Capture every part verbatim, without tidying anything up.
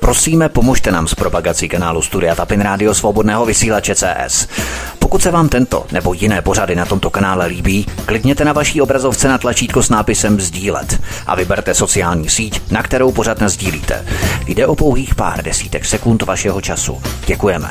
Prosíme, pomožte nám s propagací kanálu Studia Tapin Rádio Svobodného vysílače C S. Pokud se vám tento nebo jiné pořady na tomto kanále líbí, klikněte na vaší obrazovce na tlačítko s nápisem sdílet a vyberte sociální síť, na kterou pořad nasdílíte. Jde o pouhých pár desítek sekund vašeho času. Děkujeme.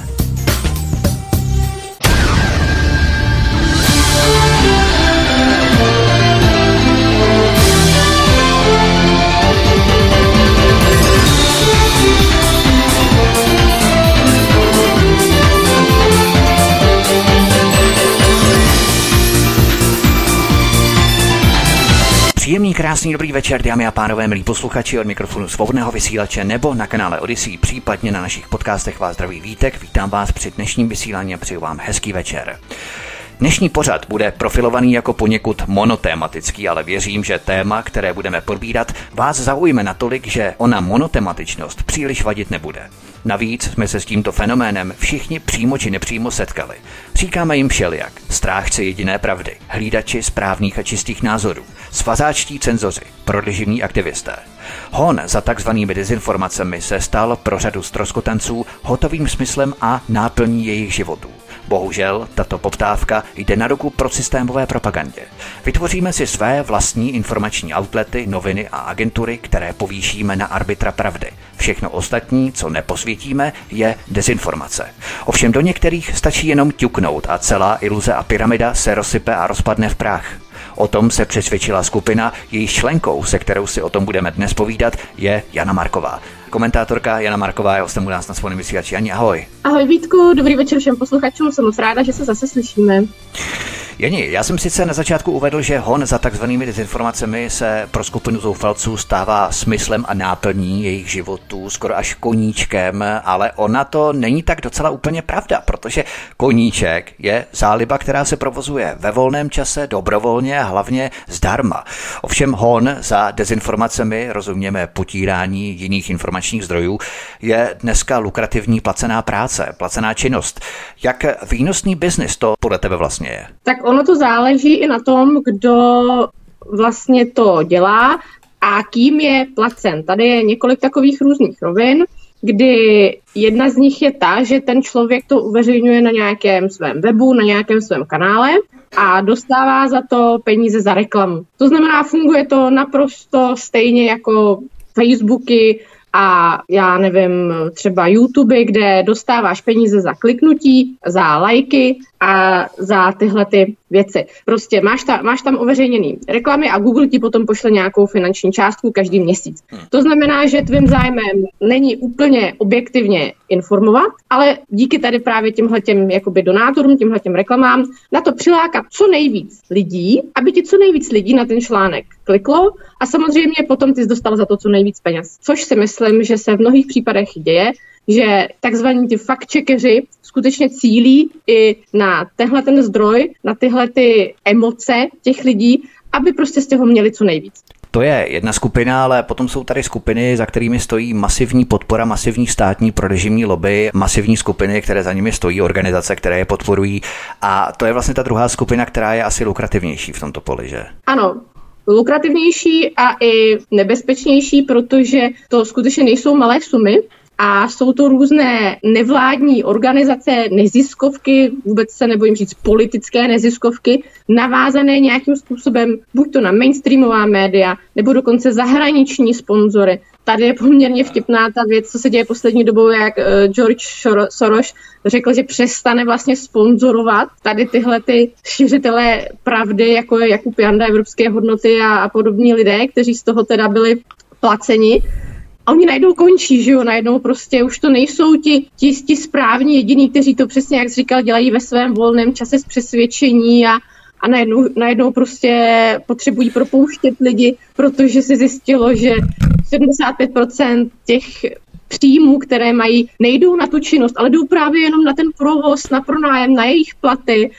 Příjemný, krásný, dobrý večer, dámy a pánové, milí posluchači, od mikrofonu Svobodného vysílače nebo na kanále Odyssey, případně na našich podcastech vás zdraví Vítek. Vítám vás při dnešním vysílání a přeju vám hezký večer. Dnešní pořad bude profilovaný jako poněkud monotématický, ale věřím, že téma, které budeme probírat, vás zaujme natolik, že ona monotematičnost příliš vadit nebude. Navíc jsme se s tímto fenoménem všichni přímo či nepřímo setkali. Říkáme jim všelijak, strážci jediné pravdy, hlídači správných a čistých názorů, svazáčtí cenzoři, prodliživní aktivisté. Hon za takzvanými dezinformacemi se stal pro řadu ztroskotanců hotovým smyslem a náplní jejich životů. Bohužel, tato poptávka jde na ruku prosystémové propagandě. Vytvoříme si své vlastní informační outlety, noviny a agentury, které povýšíme na arbitra pravdy. Všechno ostatní, co neposvětíme, je dezinformace. Ovšem do některých stačí jenom ťuknout a celá iluze a pyramida se rozsype a rozpadne v prach. O tom se přesvědčila skupina, jejíž členkou, se kterou si o tom budeme dnes povídat, je Jana Marková. Komentátorka Jana Marková je hostem u nás na Svobodném vysílači. Jani, ahoj. Ahoj Vítku, dobrý večer všem posluchačům, jsem moc ráda, že se zase slyšíme. Jani, já jsem sice na začátku uvedl, že hon za takzvanými dezinformacemi se pro skupinu zoufalců stává smyslem a náplní jejich životů, skoro až koníčkem, ale ona to není tak docela úplně pravda, protože koníček je záliba, která se provozuje ve volném čase, dobrovolně a hlavně zdarma. Ovšem hon za dezinformacemi, rozumíme potírání jiných informačních zdrojů, je dneska lukrativní placená práce, placená činnost. Jak výnosný biznis to podle tebe vlastně je? Tak ono to záleží i na tom, kdo vlastně to dělá a kým je placen. Tady je několik takových různých rovin, kdy jedna z nich je ta, že ten člověk to uveřejňuje na nějakém svém webu, na nějakém svém kanále a dostává za to peníze za reklamu. To znamená, funguje to naprosto stejně jako Facebooky a já nevím, třeba YouTube, kde dostáváš peníze za kliknutí, za lajky a za tyhle ty věci. Prostě máš, ta, máš tam uveřejněný reklamy a Google ti potom pošle nějakou finanční částku každý měsíc. To znamená, že tvým zájmem není úplně objektivně informovat, ale díky tady právě těmhletěm jakoby donátorům, těmhletěm reklamám, na to přilákat co nejvíc lidí, aby ti co nejvíc lidí na ten článek kliklo a samozřejmě potom ty jsi dostal za to co nejvíc peněz. Což si myslím, že se v mnohých případech děje, že takzvaní ty fact-checkeři skutečně cílí i na tenhle ten zdroj, na tyhle ty emoce těch lidí, aby prostě z toho měli co nejvíc. To je jedna skupina, ale potom jsou tady skupiny, za kterými stojí masivní podpora, masivní státní prorežimní lobby, masivní skupiny, které za nimi stojí, organizace, které je podporují. A to je vlastně ta druhá skupina, která je asi lukrativnější v tomto poli, že? Ano. Lukrativnější a i nebezpečnější, protože to skutečně nejsou malé sumy a jsou to různé nevládní organizace, neziskovky, vůbec se nebojím říct politické neziskovky, navázané nějakým způsobem buď to na mainstreamová média, nebo dokonce zahraniční sponzory. Tady je poměrně vtipná ta věc, co se děje poslední dobou, jak George Soros řekl, že přestane vlastně sponzorovat tady tyhle ty šiřitelé pravdy, jako je Jakub Janda, Evropské hodnoty a, a podobní lidé, kteří z toho teda byli placeni. A oni najednou končí, že jo, najednou prostě už to nejsou ti, ti, ti správní jediní, kteří to přesně, jak jsi říkal, dělají ve svém volném čase z přesvědčení a, a najednou, najednou prostě potřebují propouštět lidi, protože se zjistilo, že sedmdesát pět procent těch příjmů, které mají, nejdou na tu činnost, ale jdou právě jenom na ten provoz, na pronájem, na jejich platy,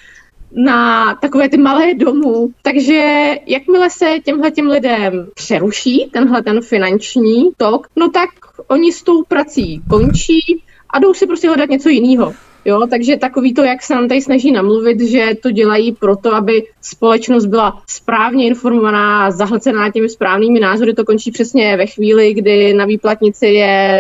na takové ty malé domů. Takže jakmile se těmhletěm lidem přeruší tenhle ten finanční tok, no tak oni s tou prací končí a jdou si prostě hledat něco jiného. Jo, takže takový to, jak se nám tady snaží namluvit, že to dělají proto, aby společnost byla správně informovaná, zahlcená těmi správnými názory, to končí přesně ve chvíli, kdy na výplatnici je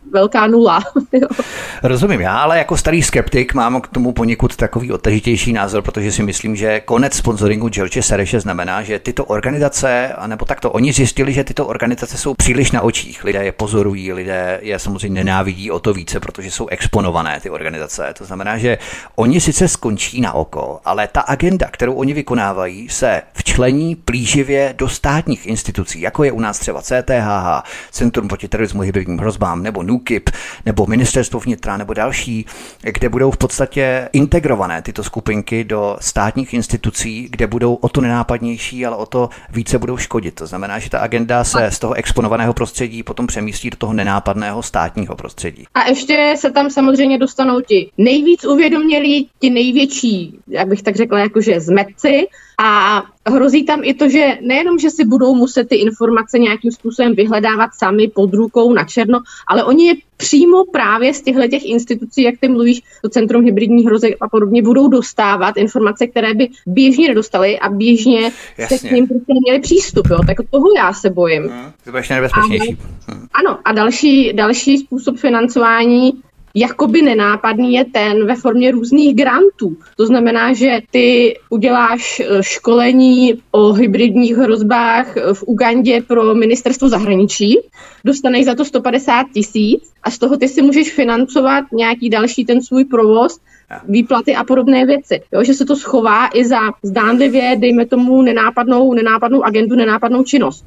velká nula. Rozumím, já ale jako starý skeptik mám k tomu poněkud takový odtažitější názor, protože si myslím, že konec sponsoringu George Soreše znamená, že tyto organizace, anebo takto, oni zjistili, že tyto organizace jsou příliš na očích. Lidé je pozorují, lidé je samozřejmě nenávidí o to více, protože jsou exponované ty organizace. To znamená, že oni sice skončí na oko, ale ta agenda, kterou oni vykonávají, se včlení plíživě do státních institucí, jako je u nás třeba C T H H, Centrum proti terorismu, hybridním hrozbám, nebo NÚKIP, nebo Ministerstvo vnitra, nebo další, kde budou v podstatě integrované tyto skupinky do státních institucí, kde budou o to nenápadnější, ale o to více budou škodit. To znamená, že ta agenda se z toho exponovaného prostředí potom přemístí do toho nenápadného státního prostředí. A ještě se tam samozřejmě dostanou ti nejvíc uvědomělí, ti největší, jak bych tak řekla, jakože zmetci, a hrozí tam i to, že nejenom, že si budou muset ty informace nějakým způsobem vyhledávat sami pod rukou na černo, ale oni je přímo právě z těchto těch institucí, jak ty mluvíš, to Centrum hybridních hrozeb a podobně, budou dostávat informace, které by běžně nedostali a běžně se k ním prostě neměli přístup. Jo? Tak toho já se bojím. Hmm, to bude ještě nebezpečnější. Hmm. Ano, a další, další způsob financování jakoby nenápadný je ten ve formě různých grantů. To znamená, že ty uděláš školení o hybridních hrozbách v Ugandě pro ministerstvo zahraničí, dostaneš za to sto padesát tisíc a z toho ty si můžeš financovat nějaký další ten svůj provoz, výplaty a podobné věci. Jo, že se to schová i za zdánlivě, dejme tomu, nenápadnou, nenápadnou agendu, nenápadnou činnost.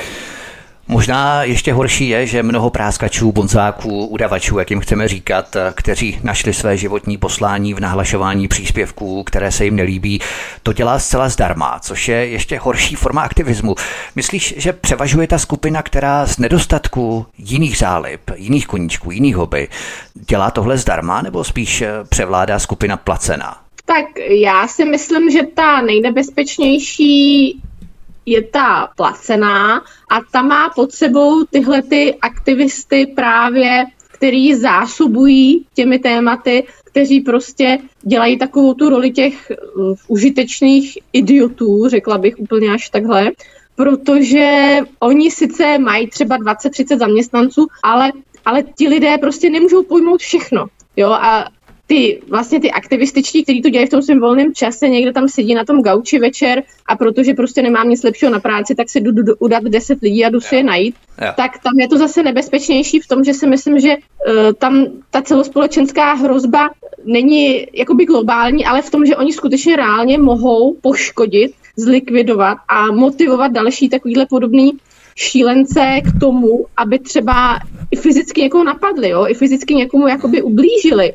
Možná ještě horší je, že mnoho práskačů, bonzáků, udavačů, jak jim chceme říkat, kteří našli své životní poslání v nahlašování příspěvků, které se jim nelíbí, to dělá zcela zdarma, což je ještě horší forma aktivismu. Myslíš, že převažuje ta skupina, která z nedostatku jiných zálib, jiných koníčků, jiných hobby, dělá tohle zdarma, nebo spíš převládá skupina placená? Tak já si myslím, že ta nejnebezpečnější je ta placená a ta má pod sebou tyhle ty aktivisty právě, který zásobují těmi tématy, kteří prostě dělají takovou tu roli těch uh, užitečných idiotů, řekla bych úplně až takhle, protože oni sice mají třeba dvacet třicet zaměstnanců, ale, ale ti lidé prostě nemůžou pojmout všechno. Jo, a ty vlastně ty aktivističtí, kteří to dělají v tom svém volném čase, někde tam sedí na tom gauči večer a protože prostě nemám nic lepšího na práci, tak si jdu, jdu udat deset lidí a jdu si je najít, jo. Tak tam je to zase nebezpečnější v tom, že si myslím, že uh, tam ta celospolečenská hrozba není jakoby globální, ale v tom, že oni skutečně reálně mohou poškodit, zlikvidovat a motivovat další takovýhle podobný šílence k tomu, aby třeba i fyzicky někoho napadli, jo? I fyzicky někomu jakoby ublížili.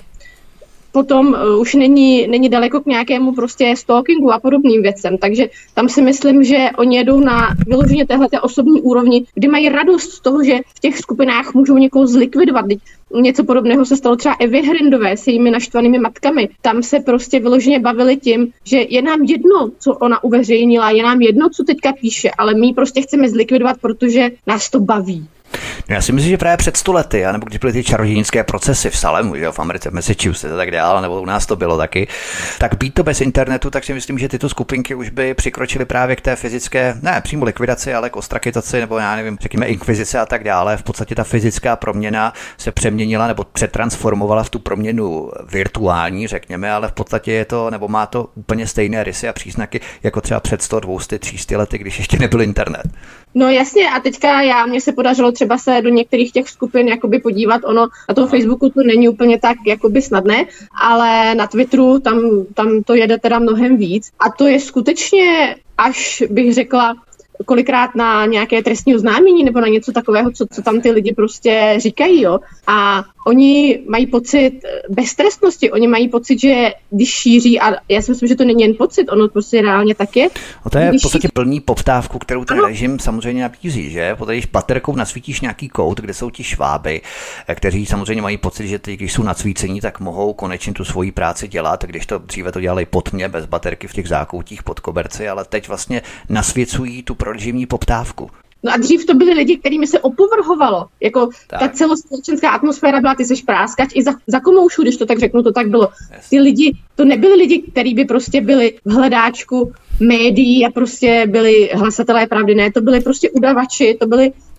Potom uh, už není, není daleko k nějakému prostě stalkingu a podobným věcem. Takže tam si myslím, že oni jedou na vyloženě téhleté osobní úrovni, kdy mají radost z toho, že v těch skupinách můžou někoho zlikvidovat. Něco podobného se stalo třeba Evě Hrindové s jejími naštvanými matkami. Tam se prostě vyloženě bavili tím, že je nám jedno, co ona uveřejnila, je nám jedno, co teďka píše, ale my prostě chceme zlikvidovat, protože nás to baví. No já si myslím, že právě před sto lety, nebo když byly ty čarodějnické procesy v Salemu, že v Americe, v Massachusetts a tak dále, nebo u nás to bylo taky, tak být to bez internetu, tak si myslím, že tyto skupinky už by přikročily právě k té fyzické, ne přímo likvidaci, ale k ostrakitaci, nebo já nevím, řekněme inkvizice a tak dále. V podstatě ta fyzická proměna se přeměnila nebo přetransformovala v tu proměnu virtuální, řekněme, ale v podstatě je to, nebo má to úplně stejné rysy a příznaky, jako třeba před sto, dvěstě, tři sta lety, když ještě nebyl internet. No jasně, a teďka já, mně se podařilo třeba se do některých těch skupin jakoby podívat, ono na tom Facebooku to není úplně tak jakoby snadné, ale na Twitteru tam, tam to jede teda mnohem víc a to je skutečně, až bych řekla, kolikrát na nějaké trestní oznámení nebo na něco takového, co, co tam ty lidi prostě říkají, jo. A oni mají pocit beztrestnosti, oni mají pocit, že když šíří, a já si myslím, že to není jen pocit, ono prostě reálně tak je. No to je v podstatě plný poptávku, kterou ten ano. režim samozřejmě nabízí, že? Potom když baterkou nasvítíš nějaký kout, kde jsou ti šváby, kteří samozřejmě mají pocit, že ty, když jsou nacvícení, tak mohou konečně tu svoji práci dělat, když to dříve to dělali pod mě, bez baterky v těch zákoutích pod koberci, ale teď vlastně nasvěcují tu prorežimní poptávku. No a dřív to byli lidi, kterými se opovrhovalo. Jako tak. Ta celospolečenská atmosféra byla, ty seš práskač i za, za komoušu, když to tak řeknu, to tak bylo. Yes. Ty lidi, to nebyli lidi, kteří by prostě byli v hledáčku médií a prostě byli hlasatelé pravdy, ne, to byli prostě udavači, to byli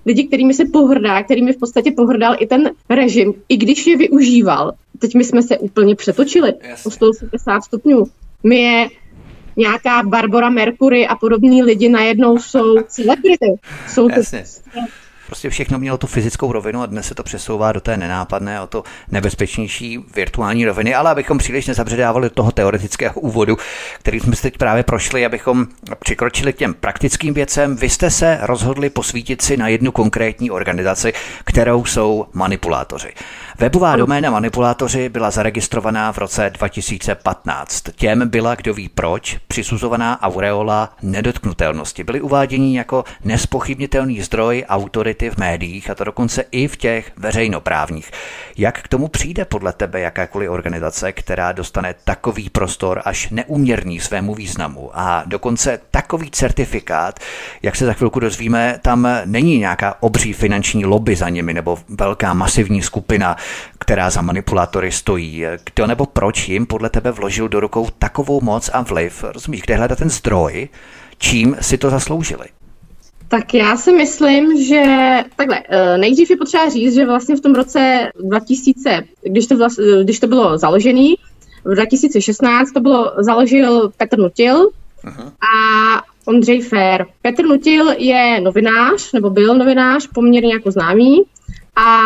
lidi, kterými se pohrdá, kterými v podstatě pohrdal i ten režim, i když je využíval. Teď my jsme se úplně přetočili o sto osmdesát stupňů. My je nějaká Barbara Mercury a podobní lidi najednou jsou celebrity. Jsou to Prostě všechno mělo tu fyzickou rovinu a dnes se to přesouvá do té nenápadné, o to nebezpečnější virtuální roviny, ale abychom příliš nezabředávali do toho teoretického úvodu, který jsme si teď právě prošli, abychom přikročili k těm praktickým věcem, vy jste se rozhodli posvítit si na jednu konkrétní organizaci, kterou jsou manipulátoři. Webová doména Manipulátoři byla zaregistrovaná v roce dva tisíce patnáct. Těm byla, kdo ví proč, přisuzovaná aureola nedotknutelnosti. Byli uváděni jako nespochybnitelný zdroj autority v médiích, a to dokonce i v těch veřejnoprávních. Jak k tomu přijde podle tebe jakákoliv organizace, která dostane takový prostor až neúměrný svému významu a dokonce takový certifikát, jak se za chvilku dozvíme, tam není nějaká obří finanční lobby za nimi nebo velká masivní skupina, která za manipulátory stojí. Kdo nebo proč jim podle tebe vložil do rukou takovou moc a vliv? Rozumíš, kde hledat ten zdroj? Čím si to zasloužili? Tak já si myslím, že takhle, nejdřív je potřeba říct, že vlastně v tom roce dva tisíce, když to, vlastně, když to bylo založený, v dva tisíce šestnáct to bylo založil Petr Nutil uh-huh. a Ondřej Fér. Petr Nutil je novinář, nebo byl novinář, poměrně jako známý. A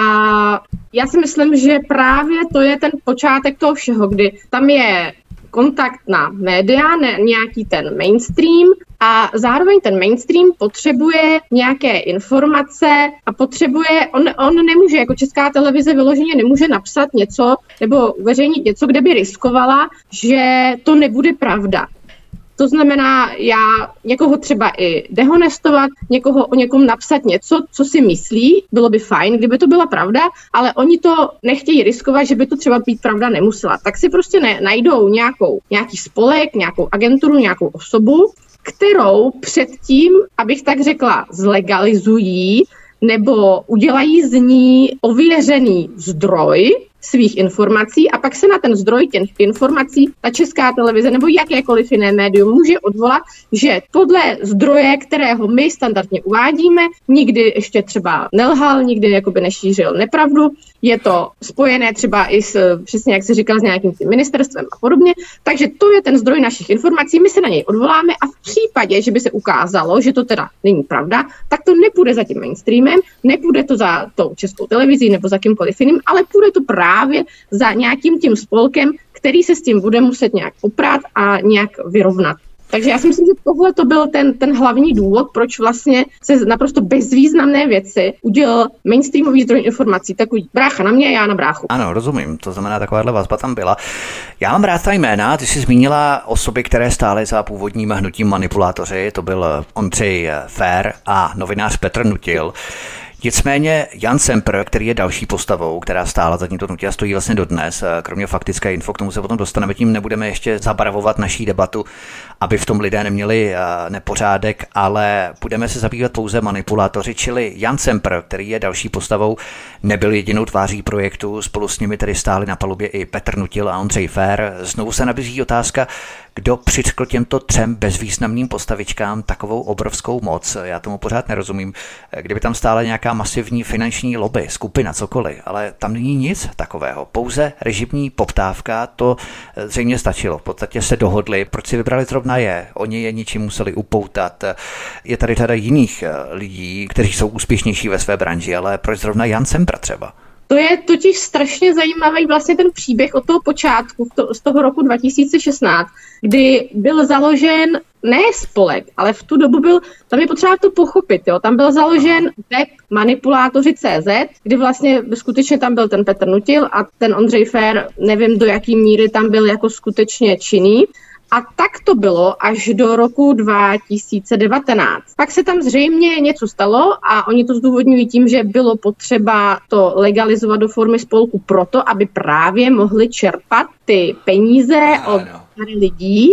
já si myslím, že právě to je ten počátek toho všeho, kdy tam je kontakt na média, ne, nějaký ten mainstream a zároveň ten mainstream potřebuje nějaké informace a potřebuje, on, on nemůže, jako Česká televize vyloženě nemůže napsat něco nebo uveřejnit něco, kde by riskovala, že to nebude pravda. To znamená, já někoho třeba i dehonestovat, někoho o někom napsat něco, co si myslí, bylo by fajn, kdyby to byla pravda, ale oni to nechtějí riskovat, že by to třeba být pravda nemusela. Tak si prostě ne, najdou nějakou, nějaký spolek, nějakou agenturu, nějakou osobu, kterou předtím, abych tak řekla, zlegalizují nebo udělají z ní ověřený zdroj svých informací a pak se na ten zdroj těch informací ta Česká televize nebo jakékoliv jiné médium může odvolat, že podle zdroje, kterého my standardně uvádíme, nikdy ještě třeba nelhal, nikdy jakoby nešířil nepravdu, je to spojené třeba i s, přesně jak se říkal, s nějakým tím ministerstvem a podobně, takže to je ten zdroj našich informací, my se na něj odvoláme a v případě, že by se ukázalo, že to teda není pravda, tak to nepůjde za tím mainstreamem, nepůjde to za tou Českou televizí nebo za kýmkoliv jiným, ale půjde to právě za nějakým tím spolkem, který se s tím bude muset nějak oprát a nějak vyrovnat. Takže já si myslím, že tohle to byl ten, ten hlavní důvod, proč vlastně se naprosto bezvýznamné věci udělal mainstreamový zdroj informací. Takový brácha na mě, já na bráchu. Ano, rozumím, to znamená, takováhle vazba tam byla. Já mám rád ta jména, ty jsi zmínila osoby, které stály za původním hnutím Manipulátoři, to byl Ondřej Fér a novinář Petr Nutil. Nicméně Jan Semper, který je další postavou, která stála za tímto hnutí a stojí vlastně dodnes, kromě faktické info, k tomu se potom dostaneme, tím nebudeme ještě zabarvovat naší debatu, aby v tom lidé neměli nepořádek, ale budeme se zabývat pouze manipulátoři, čili Jan Semper, který je další postavou, nebyl jedinou tváří projektu, spolu s nimi tedy stáli na palubě i Petr Nutil a Ondřej Fér. Znovu se nabízí otázka, kdo přitkl těmto třem bezvýznamným postavičkám takovou obrovskou moc. Já tomu pořád nerozumím. Kdyby tam stála nějaká masivní finanční lobby, skupina, cokoliv, ale tam není nic takového. Pouze režimní poptávka, to zřejmě stačilo. V podstatě se dohodli, proč si vybrali zrovna je. Oni je ničím museli upoutat. Je tady řada jiných lidí, kteří jsou úspěšnější ve své branži, ale proč zrovna Jan Semper třeba? To je totiž strašně zajímavý vlastně ten příběh od toho počátku, z toho roku dva tisíce šestnáct, kdy byl založen ne spolek, ale v tu dobu byl, tam je potřeba to pochopit, jo, tam byl založen web manipulátoři tečka cé zet, kdy vlastně skutečně tam byl ten Petr Nutil a ten Ondřej Fér, nevím do jaký míry tam byl jako skutečně činný. A tak to bylo až do roku dva tisíce devatenáct. Pak se tam zřejmě něco stalo a oni to zdůvodňují tím, že bylo potřeba to legalizovat do formy spolku proto, aby právě mohli čerpat ty peníze od lidí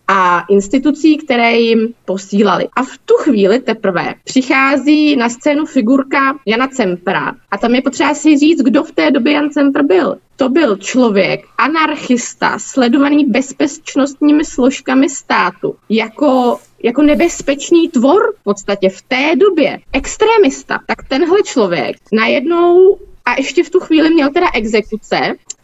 a institucí, které jim posílali. A v tu chvíli teprve přichází na scénu figurka Jana Cempera. A tam je potřeba si říct, kdo v té době Jan Cemper byl. To byl člověk, anarchista, sledovaný bezpečnostními složkami státu, jako, jako nebezpečný tvor v podstatě v té době, extremista. Tak tenhle člověk najednou, a ještě v tu chvíli měl teda exekuce,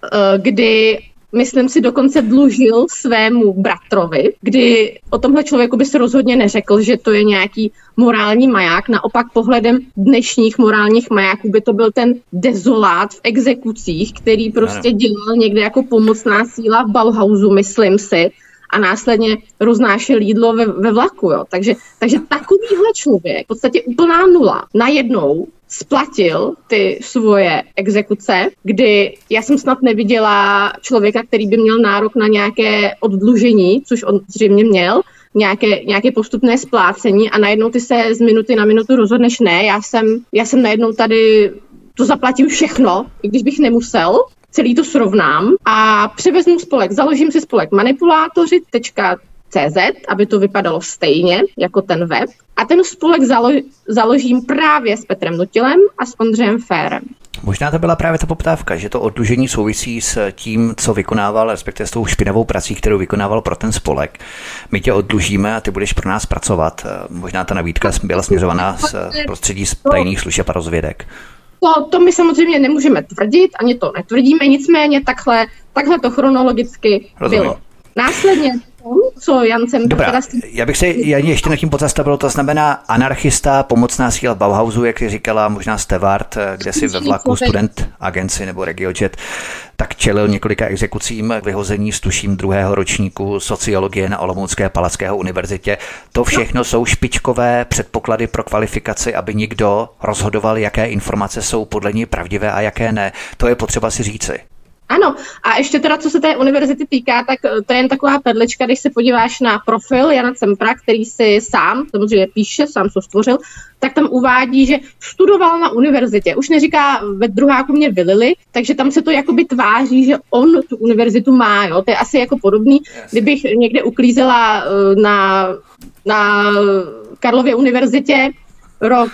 kdy myslím si dokonce dlužil svému bratrovi, kdy o tomhle člověku by se rozhodně neřekl, že to je nějaký morální maják. Naopak pohledem dnešních morálních majáků by to byl ten dezolát v exekucích, který prostě dělal někde jako pomocná síla v Bauhausu, myslím si, a následně roznášel jídlo ve, ve vlaku. Jo. Takže, takže takovýhle člověk, v podstatě úplná nula, najednou splatil ty svoje exekuce, kdy já jsem snad neviděla člověka, který by měl nárok na nějaké oddlužení, což on zřejmě měl, nějaké, nějaké postupné splácení a najednou ty se z minuty na minutu rozhodneš, ne, já jsem, já jsem najednou tady, to zaplatím všechno, i když bych nemusel, celý to srovnám a převezmu spolek, založím si spolek manipulátoři tečka cé zet, aby to vypadalo stejně jako ten web. A ten spolek zalo- založím právě s Petrem Nutilem a s Ondřejem Férem. Možná to byla právě ta poptávka, že to oddlužení souvisí s tím, co vykonával, respektive s tou špinavou prací, kterou vykonával pro ten spolek. My tě oddlužíme a ty budeš pro nás pracovat. Možná ta nabídka byla směřovaná z prostředí tajných služeb a rozvědek. To, to my samozřejmě nemůžeme tvrdit, ani to netvrdíme, nicméně takhle, takhle to chronologicky Rozumím. bylo. Následně co Jan Cemper... Dobrá, teda... já bych se ještě nad tím pozastavil, to znamená anarchista, pomocná síla v Bauhausu, jak jsi říkala, možná Stewart, kde si ve vlaku student agenci nebo RegioJet, tak čelil několika exekucím, vyhození z tuším druhého ročníku sociologie na Olomoucké Palackého univerzitě. To všechno jsou špičkové předpoklady pro kvalifikaci, aby někdo rozhodoval, jaké informace jsou podle něj pravdivé a jaké ne. To je potřeba si říci. Ano, a ještě teda, co se té univerzity týká, tak to je jen taková perlička, když se podíváš na profil Jana Cempera, který si sám, samozřejmě píše, sám to stvořil, tak tam uvádí, že studoval na univerzitě. Už neříká, ve druháku mě vylili, takže tam se to jakoby tváří, že on tu univerzitu má, jo. To je asi jako podobný, kdybych někde uklízela na, na Karlově univerzitě rok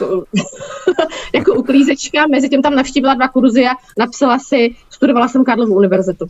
jako uklízečka, mezi tím tam navštívila dva kurzy a napsala si, studovala jsem Karlovu univerzitu.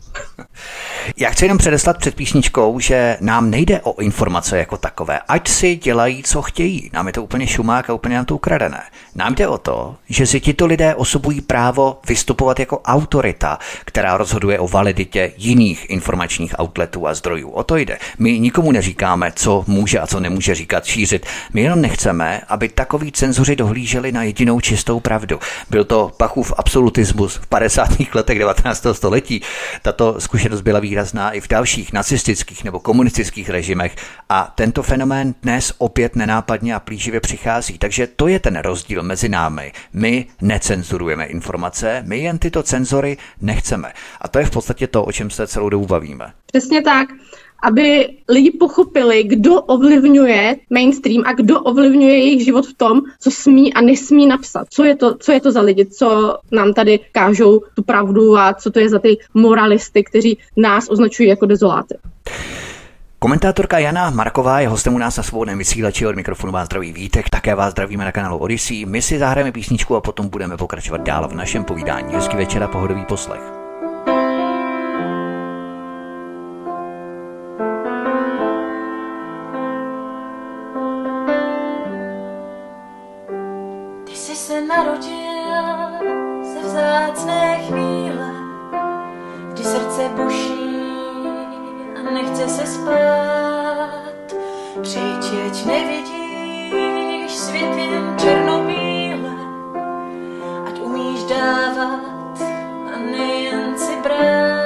Já chci jenom předeslat před písničkou, že nám nejde o informace jako takové, ať si dělají, co chtějí. Nám je to úplně šumák a úplně nám to ukradené. Nám jde o to, že si tito lidé osobují právo vystupovat jako autorita, která rozhoduje o validitě jiných informačních outletů a zdrojů. O to jde. My nikomu neříkáme, co může a co nemůže říkat, šířit. My jenom nechceme, aby takový cenzoři dohlíželi na jedinou čistou pravdu. Byl to Bachův absolutismus v padesátých letech devatenáctého století. Tato zkušenost byla výrazná i v dalších nacistických nebo komunistických režimech a tento fenomén dnes opět nenápadně a plíživě přichází. Takže to je ten rozdíl mezi námi. My necenzurujeme informace, my jen tyto cenzory nechceme. A to je v podstatě to, o čem se celou dobu bavíme. Přesně tak. Aby lidi pochopili, kdo ovlivňuje mainstream a kdo ovlivňuje jejich život v tom, co smí a nesmí napsat. Co je to, co je to za lidi, co nám tady kážou tu pravdu a co to je za ty moralisty, kteří nás označují jako dezoláty. Komentátorka Jana Marková je hostem u nás na Svobodném vysílači, od mikrofonu vás zdraví Vítek, také vás zdravíme na kanálu Odyssey. My si zahrajeme písničku a potom budeme pokračovat dál v našem povídání. Hezký večer a pohodový poslech. Narodil se vzácné chvíle, kdy srdce buší a nechce se spát. Přijď, jeď nevidíš svět jen černobíle, ať umíš dávat a nejen si brát.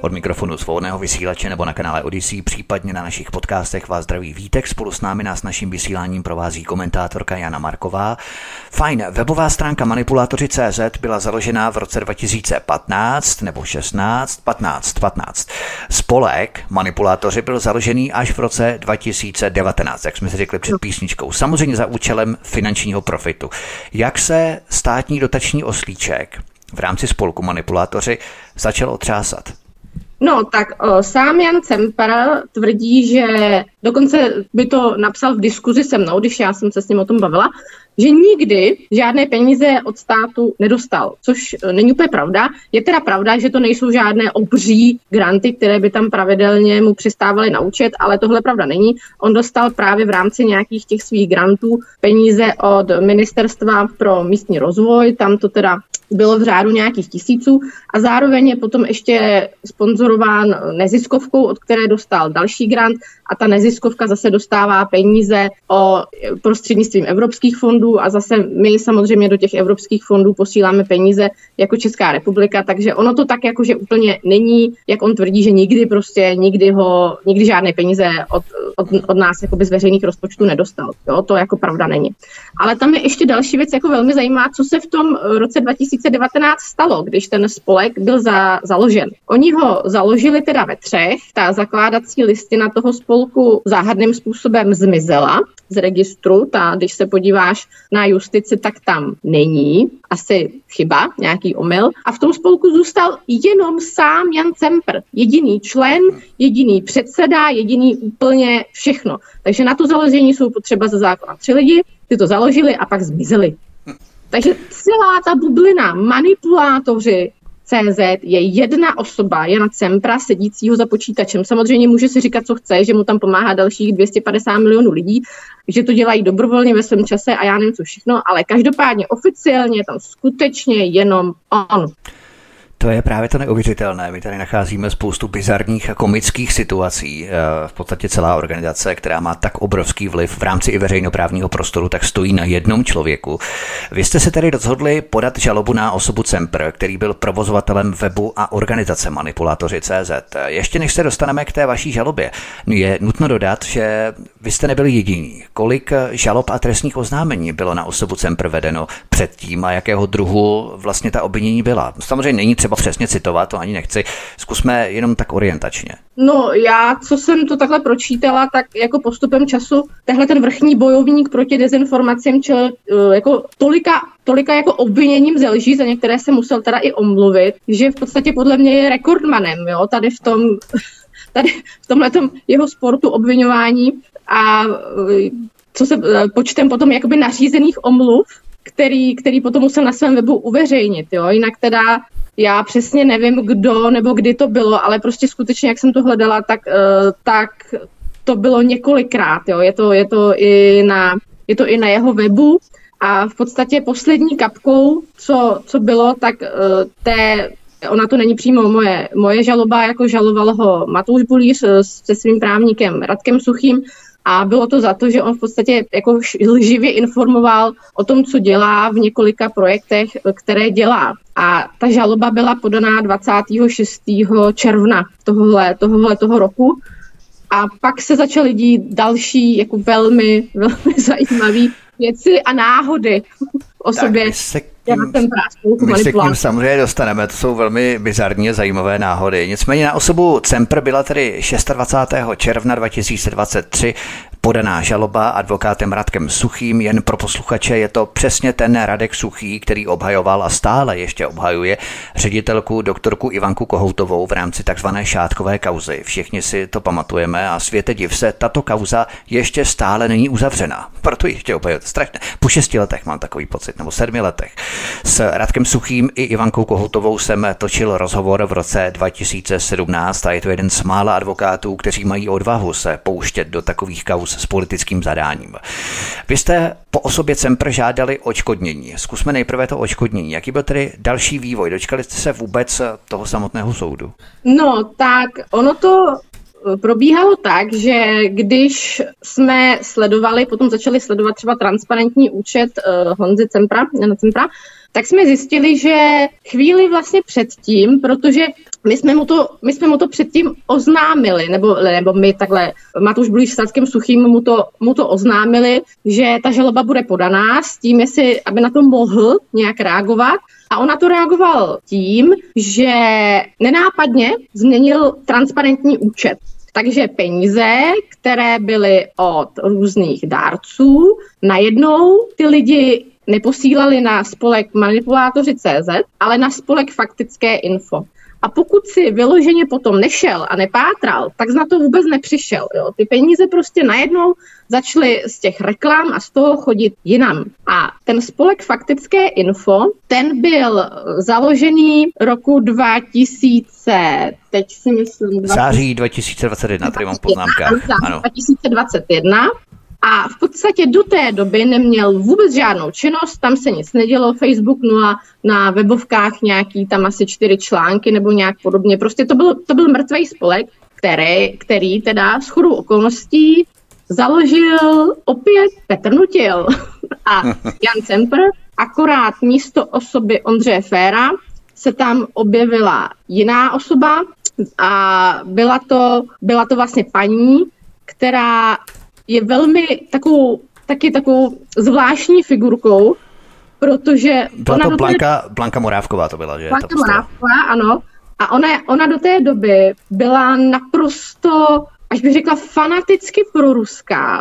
Od mikrofonu Svobodného vysílače nebo na kanále Odyssey, případně na našich podcastech vás zdraví Vítek. Spolu s námi nás naším vysíláním provází komentátorka Jana Marková. Fajn, webová stránka manipulátoři tečka cé zet byla založena v roce dva tisíce patnáct nebo šestnáct, patnáct, patnáct. Spolek Manipulátoři byl založený až v roce dva tisíce devatenáct, jak jsme si řekli před písničkou. Samozřejmě za účelem finančního profitu. Jak se státní dotační oslíček v rámci spolku Manipulátoři začal otřásat? No, tak o, sám Jan Cempr tvrdí, že dokonce by to napsal v diskuzi se mnou, když já jsem se s ním o tom bavila, že nikdy žádné peníze od státu nedostal, což není úplně pravda. Je teda pravda, že to nejsou žádné obří granty, které by tam pravidelně mu přistávaly na účet, ale tohle pravda není. On dostal právě v rámci nějakých těch svých grantů peníze od Ministerstva pro místní rozvoj, tam to teda bylo v řádu nějakých tisíců a zároveň je potom ještě sponzorován neziskovkou, od které dostal další grant a ta neziskovka zase dostává peníze o prostřednictvím evropských fondů a zase my samozřejmě do těch evropských fondů posíláme peníze jako Česká republika, takže ono to tak jakože úplně není, jak on tvrdí, že nikdy prostě, nikdy ho, nikdy žádné peníze od, od, od nás jakoby z veřejných rozpočtů nedostal. Jo, to jako pravda není. Ale tam je ještě další věc jako velmi zajímavá, co se v tom roce dva tisíce devatenáct stalo, když ten spolek byl za, založen. Oni ho založili teda ve třech, ta zakládací listina toho spolku záhadným způsobem zmizela z registru, ta, když se podíváš na justici, tak tam není, asi chyba, nějaký omyl. A v tom spolku zůstal jenom sám Jan Cempr, jediný člen, jediný předseda, jediný úplně všechno. Takže na to založení jsou potřeba ze zákona tři lidi, ty to založili a pak zmizeli. Takže celá ta bublina manipulátoři C Z je jedna osoba, Jana Cempra, sedícího za počítačem. Samozřejmě může si říkat, co chce, že mu tam pomáhá dalších dvě stě padesát milionů lidí, že to dělají dobrovolně ve svém čase a já nevím co všechno, ale každopádně oficiálně je tam skutečně jenom on. To je právě to neuvěřitelné. My tady nacházíme spoustu bizarních a komických situací. V podstatě celá organizace, která má tak obrovský vliv v rámci i veřejnoprávního prostoru, tak stojí na jednom člověku. Vy jste se tedy rozhodli podat žalobu na osobu Cempr, který byl provozovatelem webu a organizace Manipulátoři tečka cé zet. Ještě než se dostaneme k té vaší žalobě, je nutno dodat, že vy jste nebyli jediní. Kolik žalob a trestních oznámení bylo na osobu Cempr vedeno předtím a jakého druhu vlastně ta obvinění byla? Samozřejmě není třeba přesně citovat, to ani nechci. Zkusme jenom tak orientačně. No já, co jsem to takhle pročítala, tak jako postupem času tehle ten vrchní bojovník proti dezinformacím čel jako tolika, tolika jako obviněním ze lží, za některé se musel teda i omluvit, že v podstatě podle mě je rekordmanem, jo, tady v tom, tady v tomhletom jeho sportu obviňování a co se počtem potom jakoby nařízených omluv, který, který potom musel na svém webu uveřejnit, jo, jinak teda já přesně nevím, kdo nebo kdy to bylo, ale prostě skutečně, jak jsem to hledala, tak, uh, tak to bylo několikrát. Jo. Je, to, je, to i na, je to i na jeho webu a v podstatě poslední kapkou, co, co bylo, tak uh, té, ona to není přímo moje, moje žaloba, jako žaloval ho Matouš Bulíř se svým právníkem Radkem Suchým, a bylo to za to, že on v podstatě jako lživě informoval o tom, co dělá v několika projektech, které dělá. A ta žaloba byla podaná dvacátého šestého června tohohle, tohohle toho roku. A pak se začaly dít další jako velmi, velmi zajímavé věci a náhody o tak sobě. My se k ním samozřejmě dostaneme, to jsou velmi bizarní a zajímavé náhody. Nicméně na osobu Cempr byla tedy dvacátého šestého června dva tisíce dvacet tři podaná žaloba advokátem Radkem Suchým. Jen pro posluchače je to přesně ten Radek Suchý, který obhajoval a stále ještě obhajuje ředitelku doktorku Ivanku Kohoutovou v rámci takzvané šátkové kauzy. Všichni si to pamatujeme a světe div se, tato kauza ještě stále není uzavřena. Proto ještě obhajuje strašně. Po šesti letech mám takový pocit, nebo sedmi letech. S Radkem Suchým i Ivankou Kohoutovou jsem točil rozhovor v roce dva tisíce sedmnáct a je to jeden z mála advokátů, kteří mají odvahu se pouštět do takových kauz s politickým zadáním. Vy jste po osobě Cempr žádali odškodnění. Zkusme nejprve to odškodnění. Jaký byl tedy další vývoj? Dočkali jste se vůbec toho samotného soudu? No, tak ono to probíhalo tak, že když jsme sledovali, potom začali sledovat třeba transparentní účet uh, Honzy Cempra, Jana Cempra, tak jsme zjistili, že chvíli vlastně předtím, protože my jsme mu to, my jsme mu to předtím oznámili, nebo, nebo my takhle, Matouš Bulíš s Státským Suchým mu to, mu to oznámili, že ta žaloba bude podaná s tím, jestli, aby na to mohl nějak reagovat. A on na to reagoval tím, že nenápadně změnil transparentní účet. Takže peníze, které byly od různých dárců, najednou ty lidi neposílali na spolek manipulátoři tečka cé zet, ale na spolek Faktické info. A pokud si vyloženě potom nešel a nepátral, tak na to vůbec nepřišel. Jo. Ty peníze prostě najednou začaly z těch reklam a z toho chodit jinam. A ten spolek Faktické info, ten byl založený roku dva tisíce, teď si myslím... Září dva tisíce dvacet jedna, tady mám poznámka. Ano. dva tisíce dvacet jedna. A v podstatě do té doby neměl vůbec žádnou činnost, tam se nic nedělo, Facebook nula, na webovkách nějaký tam asi čtyři články nebo nějak podobně. Prostě to byl, to byl mrtvý spolek, který, který teda shodou okolností založil opět Petr Nutil a Jan Cempr, akorát místo osoby Ondřeje Féra se tam objevila jiná osoba a byla to, byla to vlastně paní, která je velmi takovou, taky takovou zvláštní figurkou, protože... Byla ona to do Blanka, té... Blanka Morávková to byla, že? Blanka Morávková, ano. A ona, ona do té doby byla naprosto, až bych řekla, fanaticky proruská.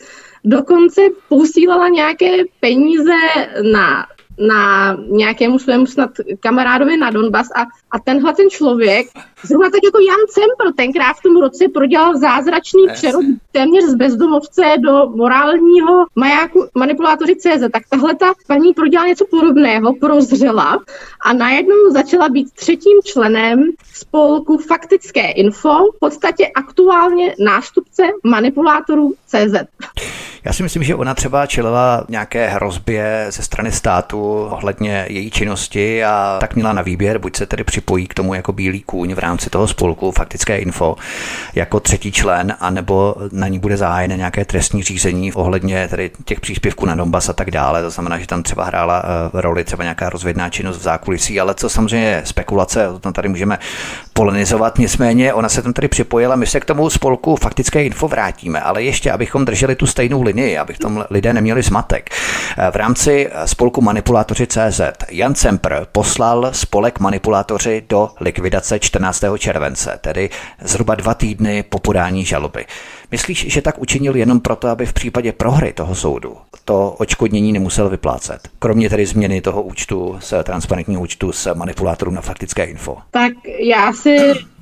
Dokonce posílala nějaké peníze na, na nějakému svému snad kamarádovi na Donbas a, a tenhle ten člověk, zrovna tak jako Jan Cempr, tenkrát v tom roce prodělal zázračný přerod téměř z bezdomovce do morálního majáku manipulátoři tečka cé zet, tak tahle ta paní prodělala něco podobného, prozřela a najednou začala být třetím členem spolku Faktické info, v podstatě aktuálně nástupce manipulátorů tečka cé zet. Já si myslím, že ona třeba čelila nějaké hrozbě ze strany státu ohledně její činnosti a tak měla na výběr, buď se tedy připojí k tomu jako bílý kůň v rámci toho spolku Faktické info jako třetí člen, anebo na ní bude zahájeno nějaké trestní řízení ohledně tedy těch příspěvků na Donbas a tak dále. To znamená, že tam třeba hrála uh, roli třeba nějaká rozvědná činnost v zákulisí, ale co samozřejmě je spekulace, o tom tady můžeme polemizovat. Nicméně ona se tam tady připojila, my se k tomu spolku Faktické info vrátíme, ale ještě, abychom drželi tu stejnou linii, aby v tom lidé neměli zmatek. V rámci spolku manipulátoři tečka cé zet Jan Cempr poslal spolek manipulátoři do likvidace čtrnáctého července, tedy zhruba dva týdny po podání žaloby. Myslíš, že tak učinil jenom proto, aby v případě prohry toho soudu to odškodnění nemusel vyplácet? Kromě tedy změny toho účtu, z transparentního účtu s manipulátorů na Faktické info. Tak já si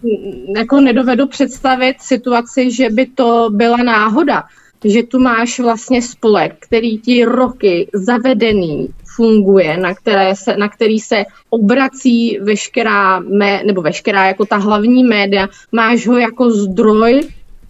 jako nedovedu představit situaci, že by to byla náhoda. Že tu máš vlastně spolek, který ti roky zavedený funguje, na, které se, na který se obrací veškerá, mé, nebo veškerá jako ta hlavní média, máš ho jako zdroj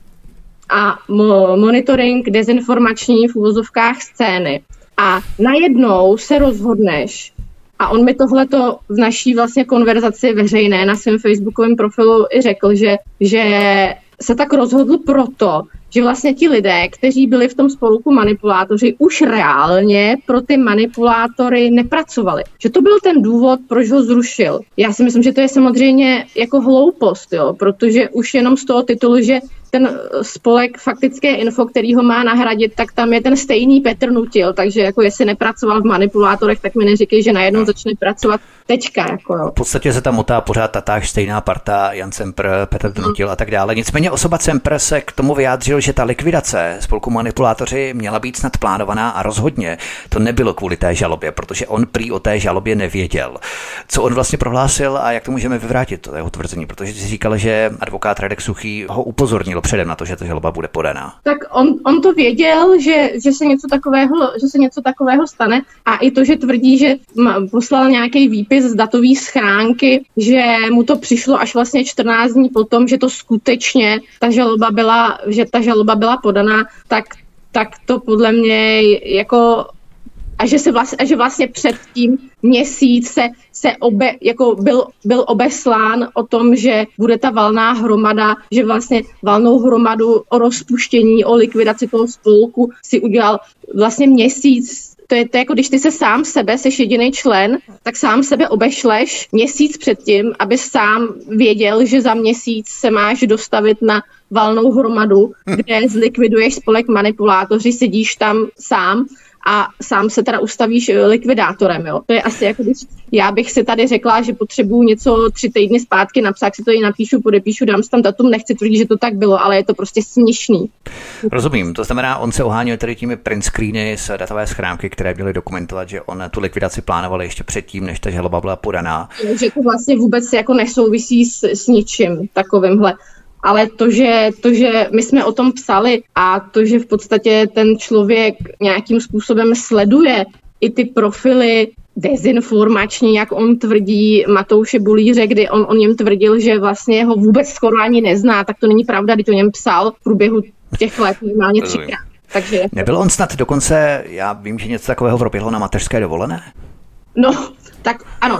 a mo, monitoring dezinformační v uvozovkách scény. A najednou se rozhodneš, a on mi tohleto v naší vlastně konverzaci veřejné na svém facebookovém profilu i řekl, že, že se tak rozhodl proto, že vlastně ti lidé, kteří byli v tom spolku manipulátoři, už reálně pro ty manipulátory nepracovali. Že to byl ten důvod, proč ho zrušil. Já si myslím, že to je samozřejmě jako hloupost, jo, protože už jenom z toho titulu, že ten spolek Faktické info, který ho má nahradit, tak tam je ten stejný Petr Nutil, takže jako jestli nepracoval v manipulátorech, tak mi neříkej, že najednou začne pracovat tečka. Jako jo. V podstatě se tam motá pořád tatáž stejná parta, Jan Cempr, Petr Nutil a tak dále. Nicméně osoba Cempr se k tomu vyjádřil, že ta likvidace spolku manipulátoři měla být snad plánovaná a rozhodně to nebylo kvůli té žalobě, protože on prý o té žalobě nevěděl. Co on vlastně prohlásil a jak to můžeme vyvrátit, to jeho tvrzení, protože si říkal, že advokát Radek Suchý ho upozornil předem na to, že ta žaloba bude podaná. Tak on, on to věděl, že, že, se něco takového, že se něco takového stane a i to, že tvrdí, že poslal nějaký výpis z datové schránky, že mu to přišlo až vlastně čtrnáct dní potom, že to skutečně ta žaloba byla, že ta žaloba byla podaná, tak, tak to podle mě jako a že, se vlastně, a že vlastně předtím měsíc se, se obe, jako byl, byl obeslán o tom, že bude ta valná hromada, že vlastně valnou hromadu o rozpuštění, o likvidaci toho spolku si udělal vlastně měsíc To je to jako, když ty se sám sebe, seš jediný člen, tak sám sebe obešleš měsíc předtím, aby sám věděl, že za měsíc se máš dostavit na valnou hromadu, kde zlikviduješ spolek manipulátoři, sedíš tam sám a sám se teda ustavíš likvidátorem. Jo. To je asi jako, když já bych si tady řekla, že potřebuju něco tři týdny zpátky napsat, si to i napíšu, podepíšu, dám si tam datum, nechci tvrdit, že to tak bylo, ale je to prostě směšný. Rozumím, to znamená, on se oháněl tady těmi print screeny z datové schránky, které měly dokumentovat, že on tu likvidaci plánoval ještě předtím, než ta žaloba byla podaná. Že to vlastně vůbec jako nesouvisí s, s ničím takovýmhle. Ale to že, to, že my jsme o tom psali a to, že v podstatě ten člověk nějakým způsobem sleduje i ty profily dezinformační, jak on tvrdí, Matouše Bulíře, kdy on o něm tvrdil, že vlastně ho vůbec skoro ani nezná, tak to není pravda, když o něm psal v průběhu těch let minimálně třikrát. Takže nebyl on snad dokonce, já vím, že něco takového proběhlo na mateřské dovolené? No, tak ano.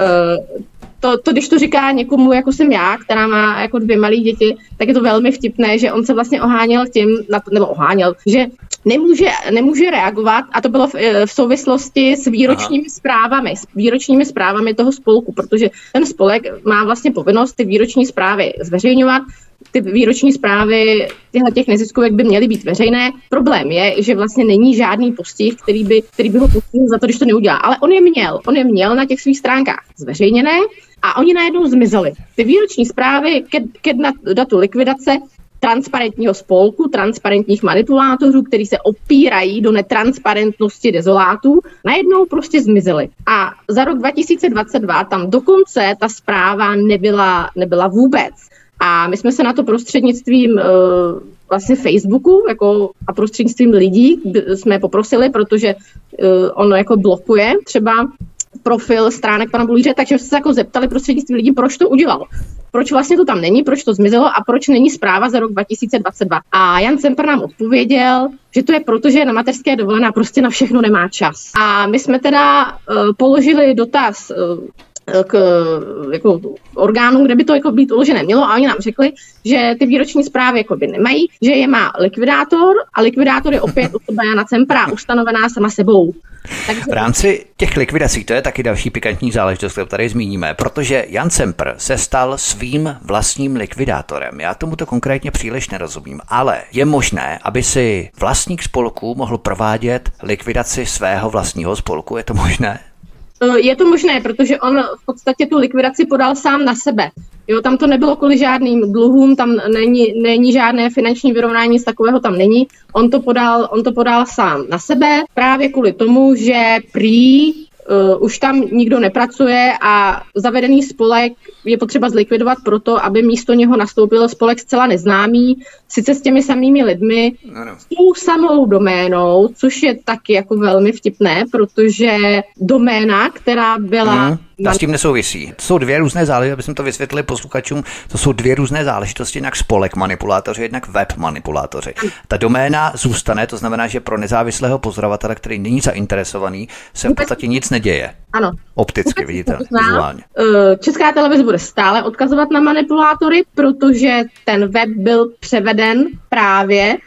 Uh, To, to, když to říká někomu, jako jsem já, která má jako dvě malé děti, tak je to velmi vtipné, že on se vlastně oháněl tím, nebo oháněl, že nemůže, nemůže reagovat, a to bylo v, v souvislosti s výročními Aha. zprávami, s výročními zprávami toho spolku, protože ten spolek má vlastně povinnost ty výroční zprávy zveřejňovat. Ty výroční zprávy těchto těch neziskovek by měly být veřejné. Problém je, že vlastně není žádný postih, který by, který by ho postihl za to, když to neudělá. Ale on je měl, on je měl na těch svých stránkách zveřejněné a oni najednou zmizeli. Ty výroční zprávy ke, ke datu likvidace transparentního spolku, transparentních manipulátorů, kteří se opírají do netransparentnosti dezolátů, najednou prostě zmizely. A za rok dva tisíce dvacet dva tam dokonce ta zpráva nebyla, nebyla vůbec. A my jsme se na to prostřednictvím uh, vlastně Facebooku jako, a prostřednictvím lidí jsme poprosili, protože uh, ono jako blokuje třeba profil stránek pana Bulíře, takže jsme se jako zeptali prostřednictvím lidí, proč to udělal. Proč vlastně to tam není, proč to zmizelo a proč není zpráva za rok dva tisíce dvacet dva. A Jan Cempr nám odpověděl, že to je proto, že na mateřské dovolené prostě na všechno nemá čas. A my jsme teda uh, položili dotaz uh, k jako, orgánům, kde by to jako být uložené mělo a oni nám řekli, že ty výroční zprávy jako by nemají, že je má likvidátor a likvidátor je opět osoba Jana Cempra ustanovená sama sebou. Takže... V rámci těch likvidací, to je taky další pikantní záležitost, kterou tady zmíníme, protože Jan Cempr se stal svým vlastním likvidátorem. Já tomuto konkrétně příliš nerozumím, ale je možné, aby si vlastník spolku mohl provádět likvidaci svého vlastního spolku, je to možné? Je to možné, protože on v podstatě tu likvidaci podal sám na sebe. Jo, tam to nebylo kvůli žádným dluhům, tam není, není žádné finanční vyrovnání, nic takového tam není. On to podal, on to podal sám na sebe právě kvůli tomu, že prý uh, už tam nikdo nepracuje a zavedený spolek je potřeba zlikvidovat proto, aby místo něho nastoupil spolek zcela neznámý, sice s těmi samými lidmi, no, no. s tou samou doménou, což je taky jako velmi vtipné, protože doména, která byla... Mm. A s tím nesouvisí. To jsou dvě různé záležitosti, abychom to vysvětlili posluchačům, to jsou dvě různé záležitosti, jednak spolek manipulátoři, jednak web manipulátoři. Ta doména zůstane, to znamená, že pro nezávislého pozorovatele, který není zainteresovaný, se v podstatě nic neděje. Ano. Opticky, vidíte, vizuálně. Česká televize bude stále odkazovat na manipulátory, protože ten web byl převeden právě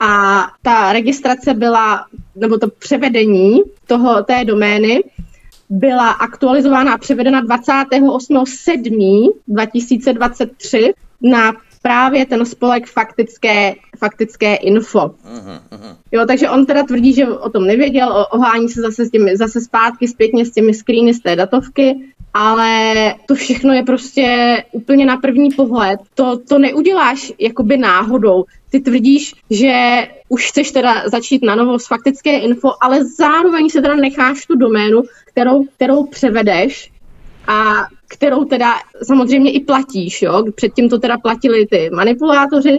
a ta registrace byla, nebo to převedení toho, té domény byla aktualizována a převedena dvacátého osmého sedmého dva tisíce dvacet tři na právě ten spolek faktické, faktické info. Jo, takže on teda tvrdí, že o tom nevěděl, ohání se zase, s těmi, zase zpátky zpětně s těmi screeny z té datovky, ale to všechno je prostě úplně na první pohled. To, to neuděláš jakoby náhodou. Ty tvrdíš, že už chceš teda začít na novo s faktické info, ale zároveň se teda necháš tu doménu, kterou, kterou převedeš a kterou teda samozřejmě i platíš. Jo? Předtím to teda platili ty manipulátoři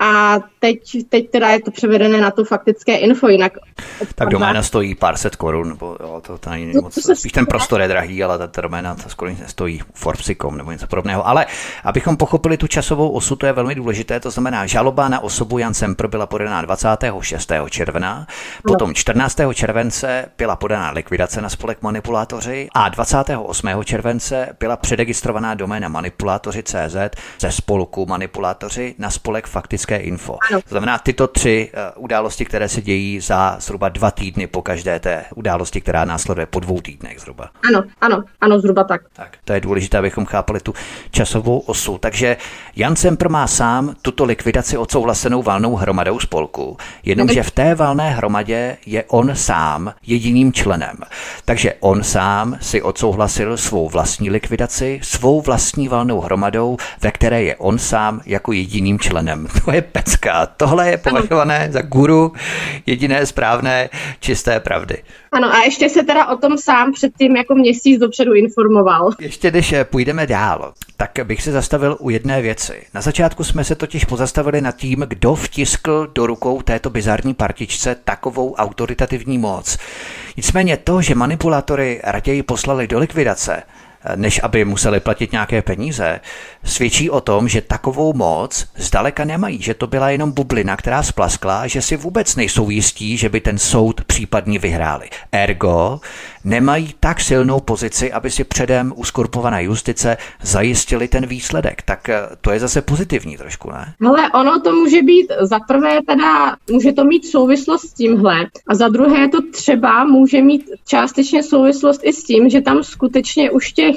a teď, teď teda je to převedené na to faktické info, jinak... Tak doména stojí pár set korun, nebo jo, to, to není moc, spíš ten prostor je drahý, ale ta, ta doména to skoro nestojí Forbes tečka com nebo něco podobného. Ale abychom pochopili tu časovou osu, to je velmi důležité, to znamená, žaloba na osobu Jan Cempr byla podaná dvacátého šestého června, potom čtrnáctého července byla podaná likvidace na spolek manipulátoři a dvacátého osmého července byla předregistrovaná doména manipulátoři tečka cé zet ze spolku manipulátoři na spolek faktické faktické info. Ano. To znamená tyto tři uh, události, které se dějí za zhruba dva týdny po každé té události, která následuje po dvou týdnech zhruba. Ano, ano, ano, zhruba tak. Tak, to je důležité, abychom chápali tu časovou osu. Takže Jan Cempr má sám tuto likvidaci odsouhlasenou valnou hromadou spolku, jenomže v té valné hromadě je on sám jediným členem. Takže on sám si odsouhlasil svou vlastní likvidaci, svou vlastní valnou hromadou, ve které je on sám jako jediným členem. To je pecka. Tohle je považované za guru jediné správné čisté pravdy. Ano, a ještě se teda o tom sám předtím jako měsíc dopředu informoval. Ještě když půjdeme dál, tak bych se zastavil u jedné věci. Na začátku jsme se totiž pozastavili nad tím, kdo vtiskl do rukou této bizarní partičce takovou autoritativní moc. Nicméně to, že manipulátory raději poslali do likvidace, než aby museli platit nějaké peníze, svědčí o tom, že takovou moc zdaleka nemají, že to byla jenom bublina, která splaskla, že si vůbec nejsou jistí, že by ten soud případně vyhráli. Ergo nemají tak silnou pozici, aby si předem uskorpovaná justice zajistili ten výsledek. Tak to je zase pozitivní trošku, ne? Hele, ono to může být za prvé teda, může to mít souvislost s tímhle a za druhé to třeba může mít částečně souvislost i s tím, že tam skutečně už těch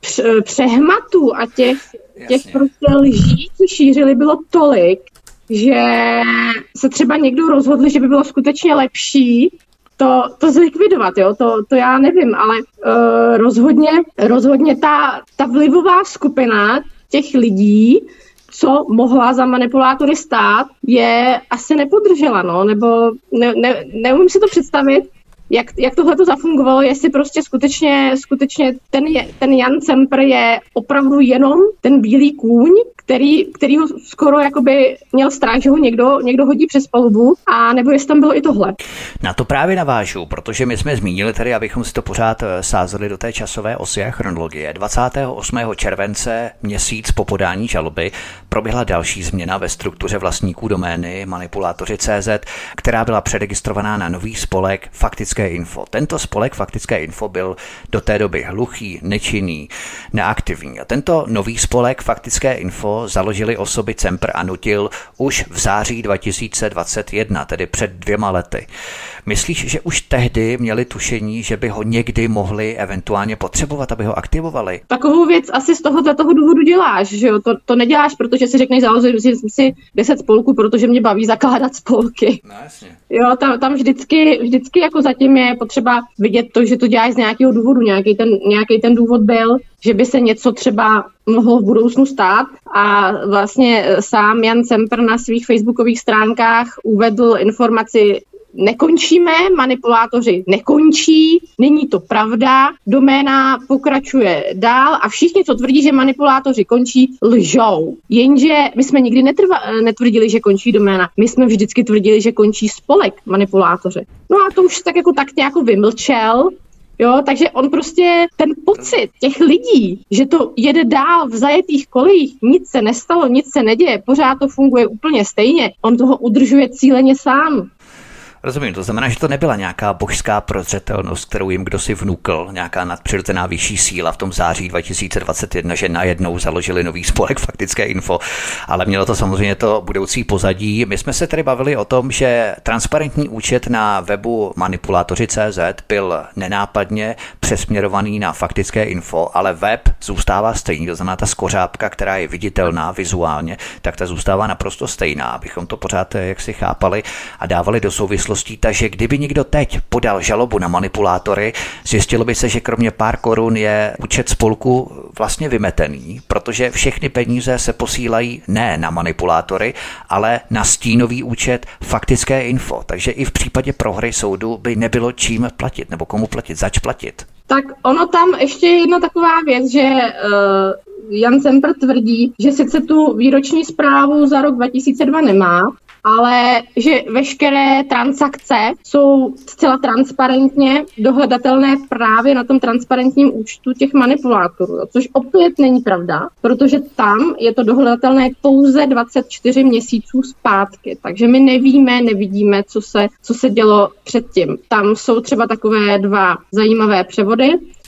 přehmatů a těch, těch prostě lží, co šířili, bylo tolik, že se třeba někdo rozhodl, že by bylo skutečně lepší to, to zlikvidovat, jo, to, to já nevím, ale uh, rozhodně, rozhodně ta, ta vlivová skupina těch lidí, co mohla za manipulátory stát, je asi nepodržela, no, nebo ne, ne, neumím si to představit, Jak, jak tohle to zafungovalo, jestli prostě skutečně, skutečně ten, je, ten Jan Cempr je opravdu jenom ten bílý kůň, který, který ho skoro jakoby měl strach, že ho někdo, někdo hodí přes palubu, a nebo jestli tam bylo i tohle. Na to právě navážu, protože my jsme zmínili tady, abychom si to pořád sázeli do té časové osy a chronologie. dvacátého osmého července, měsíc po podání žaloby, proběhla další změna ve struktuře vlastníků domény manipulátoři tečka cé zet, která byla přeregistrovaná na nový spolek Faktické info. Tento spolek Faktické info byl do té doby hluchý, nečinný, neaktivní. A tento nový spolek Faktické info založili osoby Cempr a Nutil už v září dva tisíce dvacet jedna, tedy před dvěma lety. Myslíš, že už tehdy měli tušení, že by ho někdy mohli eventuálně potřebovat, aby ho aktivovali? Takovou věc asi z tohoto toho důvodu děláš, že jo? To, to neděláš, protože si řekneš, založit si deset spolků, protože mě baví zakládat spolky. No, jasně. Jo, tam, tam vždycky, vždycky jako zatím je potřeba vidět to, že to děláš z nějakého důvodu. Nějaký ten, nějaký ten důvod byl, že by se něco třeba mohlo v budoucnu stát, a vlastně sám Jan Cempr na svých facebookových stránkách uvedl informaci: nekončíme, manipulátoři nekončí, není to pravda, doména pokračuje dál a všichni, co tvrdí, že manipulátoři končí, lžou. Jenže my jsme nikdy netrva, netvrdili, že končí doména, my jsme vždycky tvrdili, že končí spolek manipulátoři. No a to už tak jako tak nějak vymlčel. Jo, takže on prostě ten pocit těch lidí, že to jede dál v zajetých kolejích, nic se nestalo, nic se neděje, pořád to funguje úplně stejně, on toho udržuje cíleně sám. Rozumím, to znamená, že to nebyla nějaká božská prozřetelnost, kterou jim kdo si vnukl, nějaká nadpřirozená vyšší síla v tom září dva tisíce dvacet jedna, že najednou založili nový spolek Faktické info, ale mělo to samozřejmě to budoucí pozadí. My jsme se tady bavili o tom, že transparentní účet na webu manipulátoři tečka cé zet byl nenápadně přesměrovaný na Faktické info, ale web zůstává stejný, to znamená ta skořápka, která je viditelná vizuálně, tak ta zůstává naprosto stejná, abychom to pořád jaksi chápali a dávali do souvislosti. Takže kdyby někdo teď podal žalobu na manipulátory, zjistilo by se, že kromě pár korun je účet spolku vlastně vymetený, protože všechny peníze se posílají ne na manipulátory, ale na stínový účet Faktické info. Takže i v případě prohry soudu by nebylo čím platit, nebo komu platit, zač platit. Tak ono tam ještě jedna taková věc, že uh, Jan Cempr tvrdí, že sice tu výroční zprávu za rok dva tisíce dva nemá, ale že veškeré transakce jsou zcela transparentně dohledatelné právě na tom transparentním účtu těch manipulátorů, což opět není pravda, protože tam je to dohledatelné pouze dvacet čtyři měsíců zpátky, takže my nevíme, nevidíme, co se, co se dělo předtím. Tam jsou třeba takové dva zajímavé převody.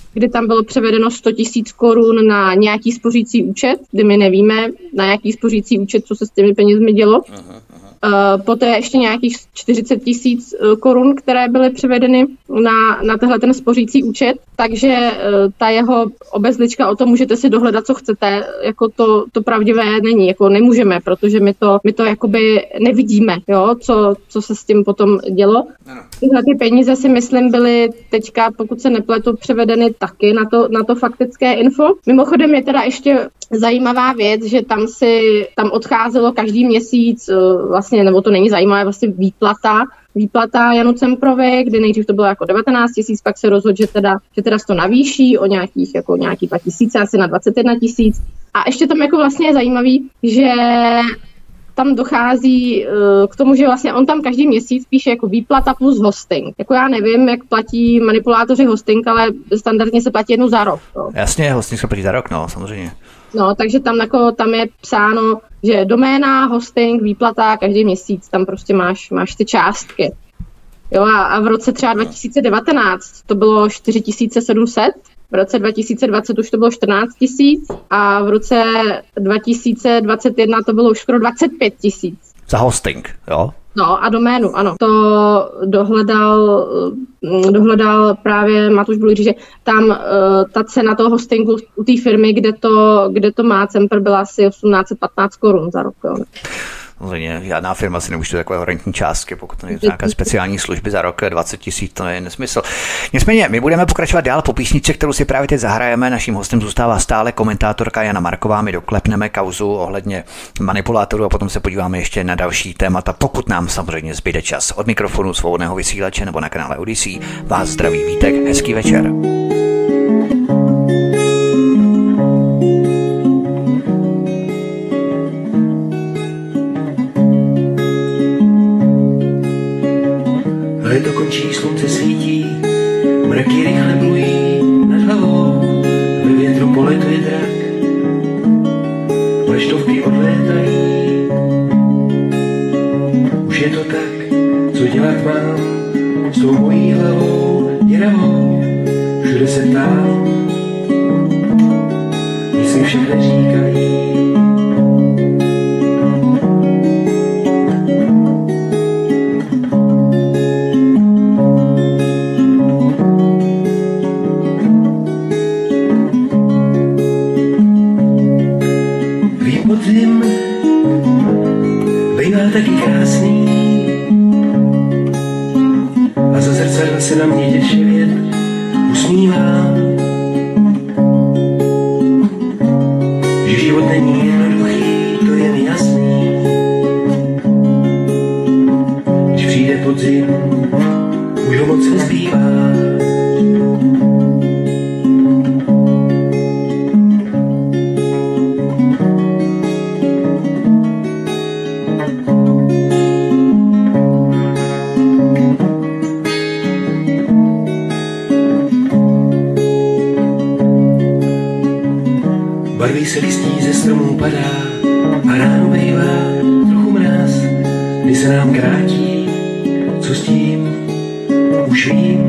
kdy tam bylo převedeno sto tisíc korun na nějaký spořící účet, kdy my nevíme, na jaký spořící účet, co se s těmi penězmi dělo. Aha. Uh, poté ještě nějakých čtyřicet tisíc korun, které byly převedeny na, na tenhle ten spořící účet, takže uh, ta jeho obezlička o tom můžete si dohledat, co chcete, jako to, to pravdivé není, jako nemůžeme, protože my to, my to jakoby nevidíme, jo, co, co se s tím potom dělo. Tyhle ty peníze si myslím byly teďka, pokud se nepletu, převedeny taky na to, na to faktické info. Mimochodem je teda ještě zajímavá věc, že tam si, tam odcházelo každý měsíc uh, vlastně, nebo to není zajímavé, vlastně výplata, výplata Janu Cemprovi, kdy nejdřív to bylo jako devatenáct tisíc, pak se rozhodl, že teda, že teda to navýší o nějakých, jako nějaký dva tisíce, asi na dvacet jedna tisíc. A ještě tam jako vlastně je zajímavý, že tam dochází uh, k tomu, že vlastně on tam každý měsíc píše jako výplata plus hosting. Jako já nevím, jak platí manipulátoři hosting, ale standardně se platí jednou za rok. No. Jasně, hosting se platí za rok, no, samozřejmě. No, takže tam, jako, tam je psáno, že doména, hosting, výplata, každý měsíc, tam prostě máš, máš ty částky. Jo, a, a v roce třeba dva tisíce devatenáct to bylo čtyři tisíce sedm set, v roce dva tisíce dvacet už to bylo čtrnáct tisíc a v roce dva tisíce dvacet jedna to bylo už skoro dvacet pět tisíc. Za hosting, jo? No a doménu, ano. To dohledal, dohledal právě Matuš Bulíř, že tam uh, ta cena toho hostingu u té firmy, kde to, kde to má Cempr, byla asi osmnáct set patnáct korun za rok. Jo. Samozřejmě žádná firma si nemůže takové horentní částky, pokud to nejde nějaké speciální služby za rok dvacet tisíc, to je nesmysl. Nicméně, my budeme pokračovat dál po písničce, kterou si právě teď zahrajeme. Naším hostem zůstává stále komentátorka Jana Marková. My doklepneme kauzu ohledně manipulátorů a potom se podíváme ještě na další témata, pokud nám samozřejmě zbyde čas. Od mikrofonu Svobodného vysílače nebo na kanále Odyssey vás zdraví Vítek, hezký večer. Léto končí, slunce svítí, mraky rychle plují nad hlavou, ve větru poletuje drak, vlaštovky odlétají. Už je to tak, co dělat mám s tou mojí hlavou děravou, všude se ptám, nic mi však neříkají. Podzim bývá taky krásný a za zrcadla se na mě děšivě usmívá, že život není jednoduchý, to je mi jasný. Když přijde podzim, už ho moc nezbývá. Barví se listí ze stromů padá a ráno bývá trochu mráz, kdy se nám krátí, co s tím už vím.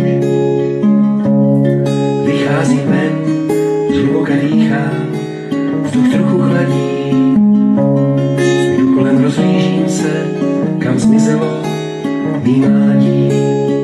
Vycházím ven, zhluboka dýchám, vzduch trochu chladí, jdu kolem, rozhlížím se, kam zmizelo mý mládí.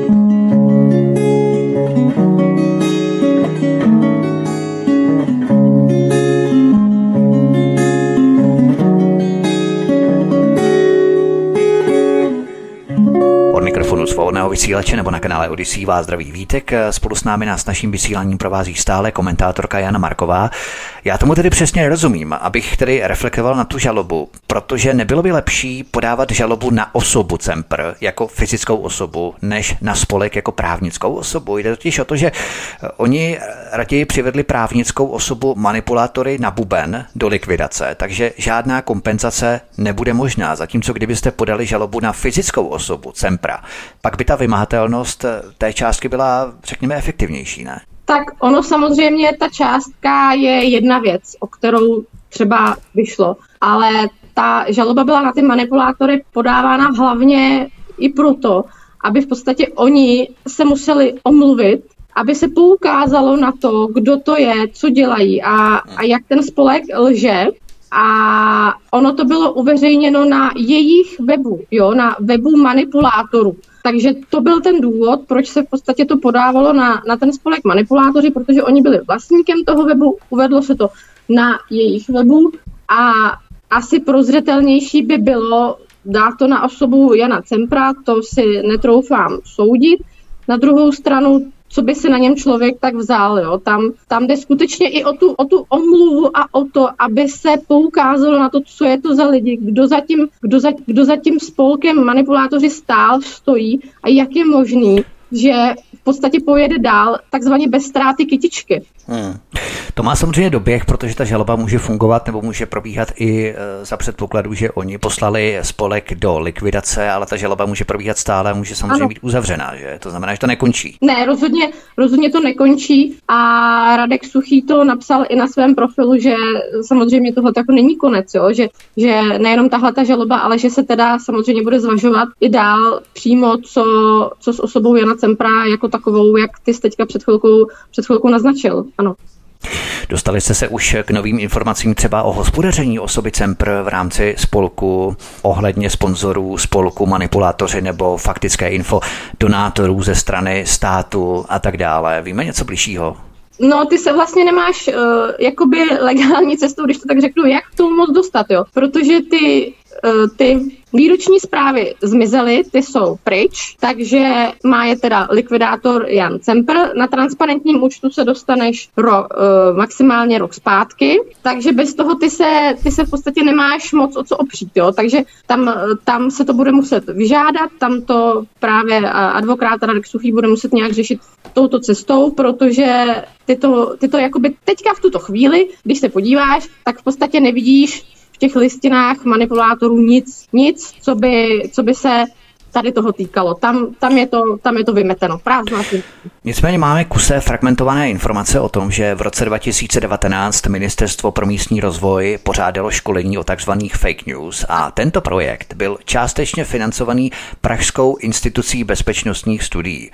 Svobodného vysílače nebo na kanále Odyssey vás zdraví Vítek. Spolu s námi nás naším vysíláním provází stále komentátorka Jana Marková. Já tomu tedy přesně nerozumím, abych tedy reflektoval na tu žalobu, protože nebylo by lepší podávat žalobu na osobu Cempr jako fyzickou osobu, než na spolek jako právnickou osobu. Jde totiž o to, že oni raději přivedli právnickou osobu manipulátory na buben do likvidace, takže žádná kompenzace nebude možná, zatímco kdybyste podali žalobu na fyzickou osobu Cempra, pak by ta vymahatelnost té částky byla, řekněme, efektivnější, ne? Tak ono samozřejmě, ta částka je jedna věc, o kterou třeba vyšlo, ale ta žaloba byla na ty manipulátory podávána hlavně i proto, aby v podstatě oni se museli omluvit aby se poukázalo na to, kdo to je, co dělají a, a jak ten spolek lže. A ono to bylo uveřejněno na jejich webu, jo, na webu manipulátorů. Takže to byl ten důvod, proč se v podstatě to podávalo na, na ten spolek manipulátoři, protože oni byli vlastníkem toho webu, uvedlo se to na jejich webu a asi prozřetelnější by bylo dát to na osobu Jana Cempra, to si netroufám soudit. Na druhou stranu, co by si na něm člověk tak vzal, jo? Tam, tam jde skutečně i o tu, o tu omluvu a o to, aby se poukázalo na to, co je to za lidi, kdo za tím, kdo za, kdo za tím spolkem manipulátoři stál, stojí a jak je možný, že v podstatě pojede dál takzvaně bez ztráty kytičky. Hmm. To má samozřejmě doběh, protože ta žaloba může fungovat nebo může probíhat i za předpokladu, že oni poslali spolek do likvidace, ale ta žaloba může probíhat stále a může samozřejmě ano. být uzavřená, že? To znamená, že to nekončí. Ne, rozhodně, rozhodně to nekončí a Radek Suchý to napsal i na svém profilu, že samozřejmě tohle jako není konec, jo? Že, že nejenom tahle ta žaloba, ale že se teda samozřejmě bude zvažovat i dál přímo, co, co s osobou Jana Cempra jako takovou, jak ty jsi teďka před chvilkou, před chvilkou naznačil. Ano. Dostali jste se už k novým informacím třeba o hospodaření osoby Cempr v rámci spolku, ohledně sponzorů spolku, manipulátoři nebo faktické info donátorů ze strany státu a tak dále? Víme něco bližšího? No, ty se vlastně nemáš uh, jakoby legální cestou, když to tak řeknu, jak k tomu moc dostat, jo? Protože ty ty výroční zprávy zmizely, ty jsou pryč, takže má je teda likvidátor Jan Cempr. Na transparentním účtu se dostaneš ro, maximálně rok zpátky, takže bez toho ty se, ty se v podstatě nemáš moc o co opřít, jo? Takže tam, tam se to bude muset vyžádat, tam to právě advokát Radek Suchý bude muset nějak řešit touto cestou, protože ty to, ty to jakoby teďka v tuto chvíli, když se podíváš, tak v podstatě nevidíš v těch listinách manipulátorů nic, nic, co by, co by se tady toho týkalo. Tam, tam, je, to, tam je to vymeteno. Prázdná. Nicméně máme kusé fragmentované informace o tom, že v roce dva tisíce devatenáct Ministerstvo pro místní rozvoj pořádalo školení o takzvaných fake news a tento projekt byl částečně financovaný Pražskou institucí bezpečnostních studií.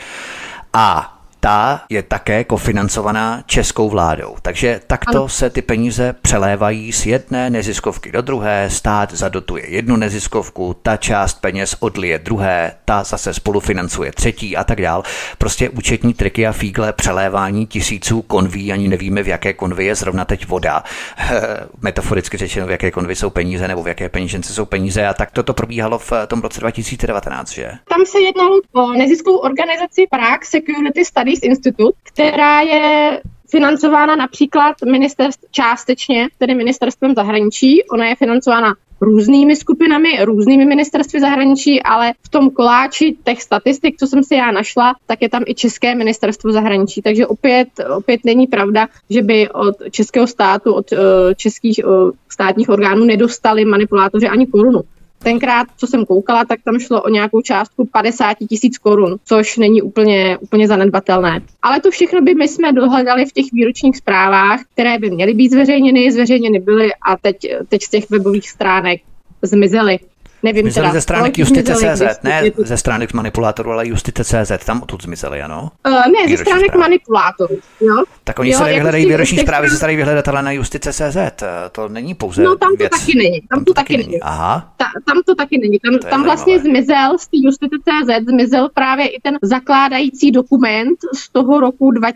A ta je také kofinancovaná českou vládou. Takže takto ano. se ty peníze přelévají z jedné neziskovky do druhé, stát zadotuje jednu neziskovku, ta část peněz odlije druhé, ta zase spolufinancuje třetí a tak dál. Prostě účetní triky a fígle přelévání tisíců konví, ani nevíme, v jaké konvi je zrovna teď voda. Metaforicky řečeno, v jaké konvi jsou peníze nebo v jaké penížence jsou peníze a tak toto probíhalo v tom roce dva tisíce devatenáct, že? Tam se jednalo o neziskovou organizaci Prague Security Studies Institute, která je financována například ministerstv, částečně, tedy ministerstvem zahraničí. Ona je financována různými skupinami, různými ministerstvy zahraničí, ale v tom koláči těch statistik, co jsem si já našla, tak je tam i české ministerstvo zahraničí. Takže opět, opět není pravda, že by od českého státu, od uh, českých uh, státních orgánů nedostali manipulátoři ani korunu. Tenkrát, co jsem koukala, tak tam šlo o nějakou částku padesát tisíc korun, což není úplně, úplně zanedbatelné. Ale to všechno by my jsme dohledali v těch výročních zprávách, které by měly být zveřejněny, zveřejněny byly a teď, teď z těch webových stránek zmizely. Nevím zmizely teda. Ze stránek Justice tečka cé zet, ne ze stránek manipulátorů, ale Justice tečka cé zet, tam odtud zmizely, ano? Uh, ne, výroční ze stránek zprávy. Manipulátorů, jo. Tak oni jo, se vyhledají výroční zprávy, se starí vyhledat ale na Justice tečka cé zet, to není pouze No tam to věc. taky není, tam, tam to taky není. Aha. Ta, tam to taky není, tam, tam vlastně zmizel z té Justice tečka cé zet, zmizel právě i ten zakládající dokument z toho roku dva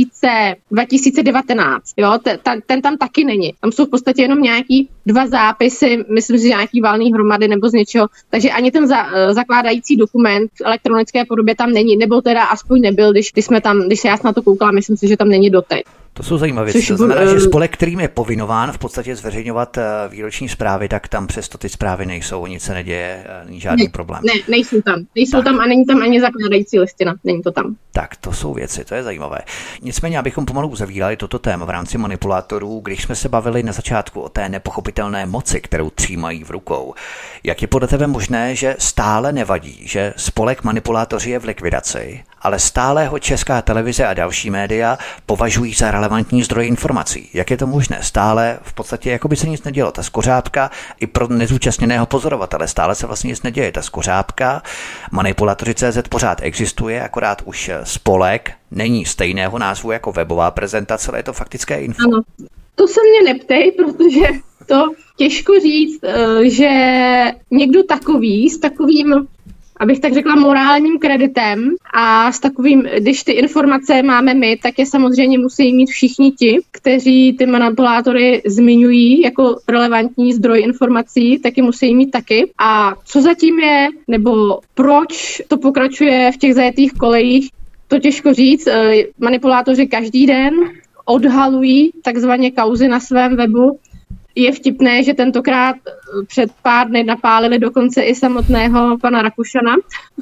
tisíce devatenáct, jo, ten, ten tam taky není. Tam jsou v podstatě jenom nějaký dva zápisy, myslím si, nějaký valný hromady nebo z něčeho, takže ani ten za, zakládající dokument v elektronické podobě tam není, nebo teda aspoň nebyl, když, když jsme tam, když se já na to koukala, myslím si, že tam není doteď. To jsou zajímavé věci. To znamená, že spolek, kterým je povinován v podstatě zveřejňovat výroční zprávy, tak tam přesto ty zprávy nejsou, nic se neděje, není žádný ne, problém. Ne, nejsou tam. Nejsou tak. tam a není tam ani zakládající listina, není to tam. Tak, to jsou věci, to je zajímavé. Nicméně, abychom pomalu uzavírali toto téma v rámci manipulátorů, když jsme se bavili na začátku o té nepochopitelné nezastavitelné moci, kterou třímají v rukou. Jak je podle tebe možné, že stále nevadí, že spolek Manipulátoři je v likvidaci, ale stále ho Česká televize a další média považují za relevantní zdroj informací? Jak je to možné? Stále v podstatě jako by se nic nedělo. Ta skořápka i pro nezúčastněného pozorovatele stále se vlastně nic neděje. Ta skořápka Manipulátoři tečka cé zet pořád existuje, akorát už spolek není stejného názvu jako webová prezentace, ale je to faktické info. Ano, to se mě neptej, protože to těžko říct, že někdo takový, s takovým, abych tak řekla, morálním kreditem a s takovým, když ty informace máme my, tak je samozřejmě musí mít všichni ti, kteří ty manipulátory zmiňují jako relevantní zdroj informací, taky musí mít taky. A co zatím je, nebo proč to pokračuje v těch zajetých kolejích, to těžko říct. Manipulátoři každý den odhalují takzvaně kauzy na svém webu. Je vtipné, že tentokrát před pár dny napálili dokonce i samotného pana Rakušana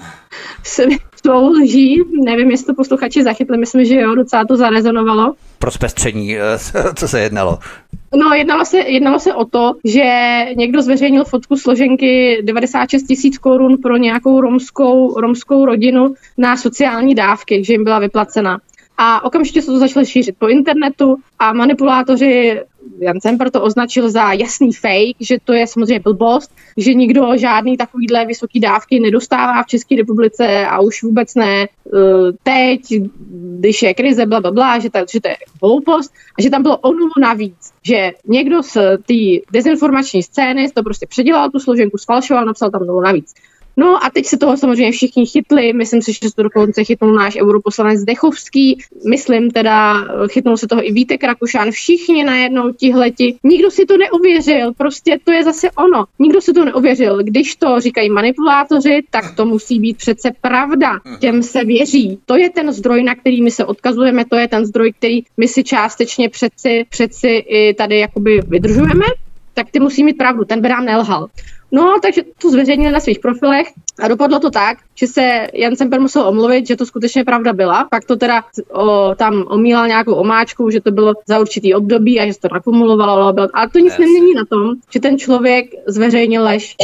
svou lží. Nevím, jestli to posluchači zachytli, myslím, že jo, docela to zarezonovalo. Pro zpestření, co se jednalo? No, jednalo se, jednalo se o to, že někdo zveřejnil fotku složenky devadesát šest tisíc korun pro nějakou romskou, romskou rodinu na sociální dávky, že jim byla vyplacena. A okamžitě se to začalo šířit po internetu a manipulátoři, Jan Cemper to označil za jasný fake, že to je samozřejmě blbost, že nikdo žádný takovýhle vysoký dávky nedostává v České republice a už vůbec ne teď, když je krize, blablabla, že, že to je hloupost a že tam bylo o nulu navíc, že někdo z té dezinformační scény to prostě předělal, tu složenku sfalšoval, napsal tam nulu navíc. No a teď se toho samozřejmě všichni chytli, myslím si, že se to dokonce chytnul náš europoslanec Zdechovský, myslím teda, chytnul se toho i Vítek Rakušan, všichni najednou tihleti, nikdo si to neověřil, prostě to je zase ono, nikdo si to neověřil, když to říkají manipulátoři, tak to musí být přece pravda, těm se věří, to je ten zdroj, na který my se odkazujeme, to je ten zdroj, který my si částečně přeci, přeci i tady jakoby vydržujeme, tak ty musí mít pravdu, ten by nám nelhal. No, takže to zveřejnili na svých profilech a dopadlo to tak, že se Jan Cemper musel omluvit, že to skutečně pravda byla. Pak to teda o, tam omílal nějakou omáčku, že to bylo za určitý období a že se to nakumulovalo. Ale to nic nemění na tom, že ten člověk zveřejnil lež.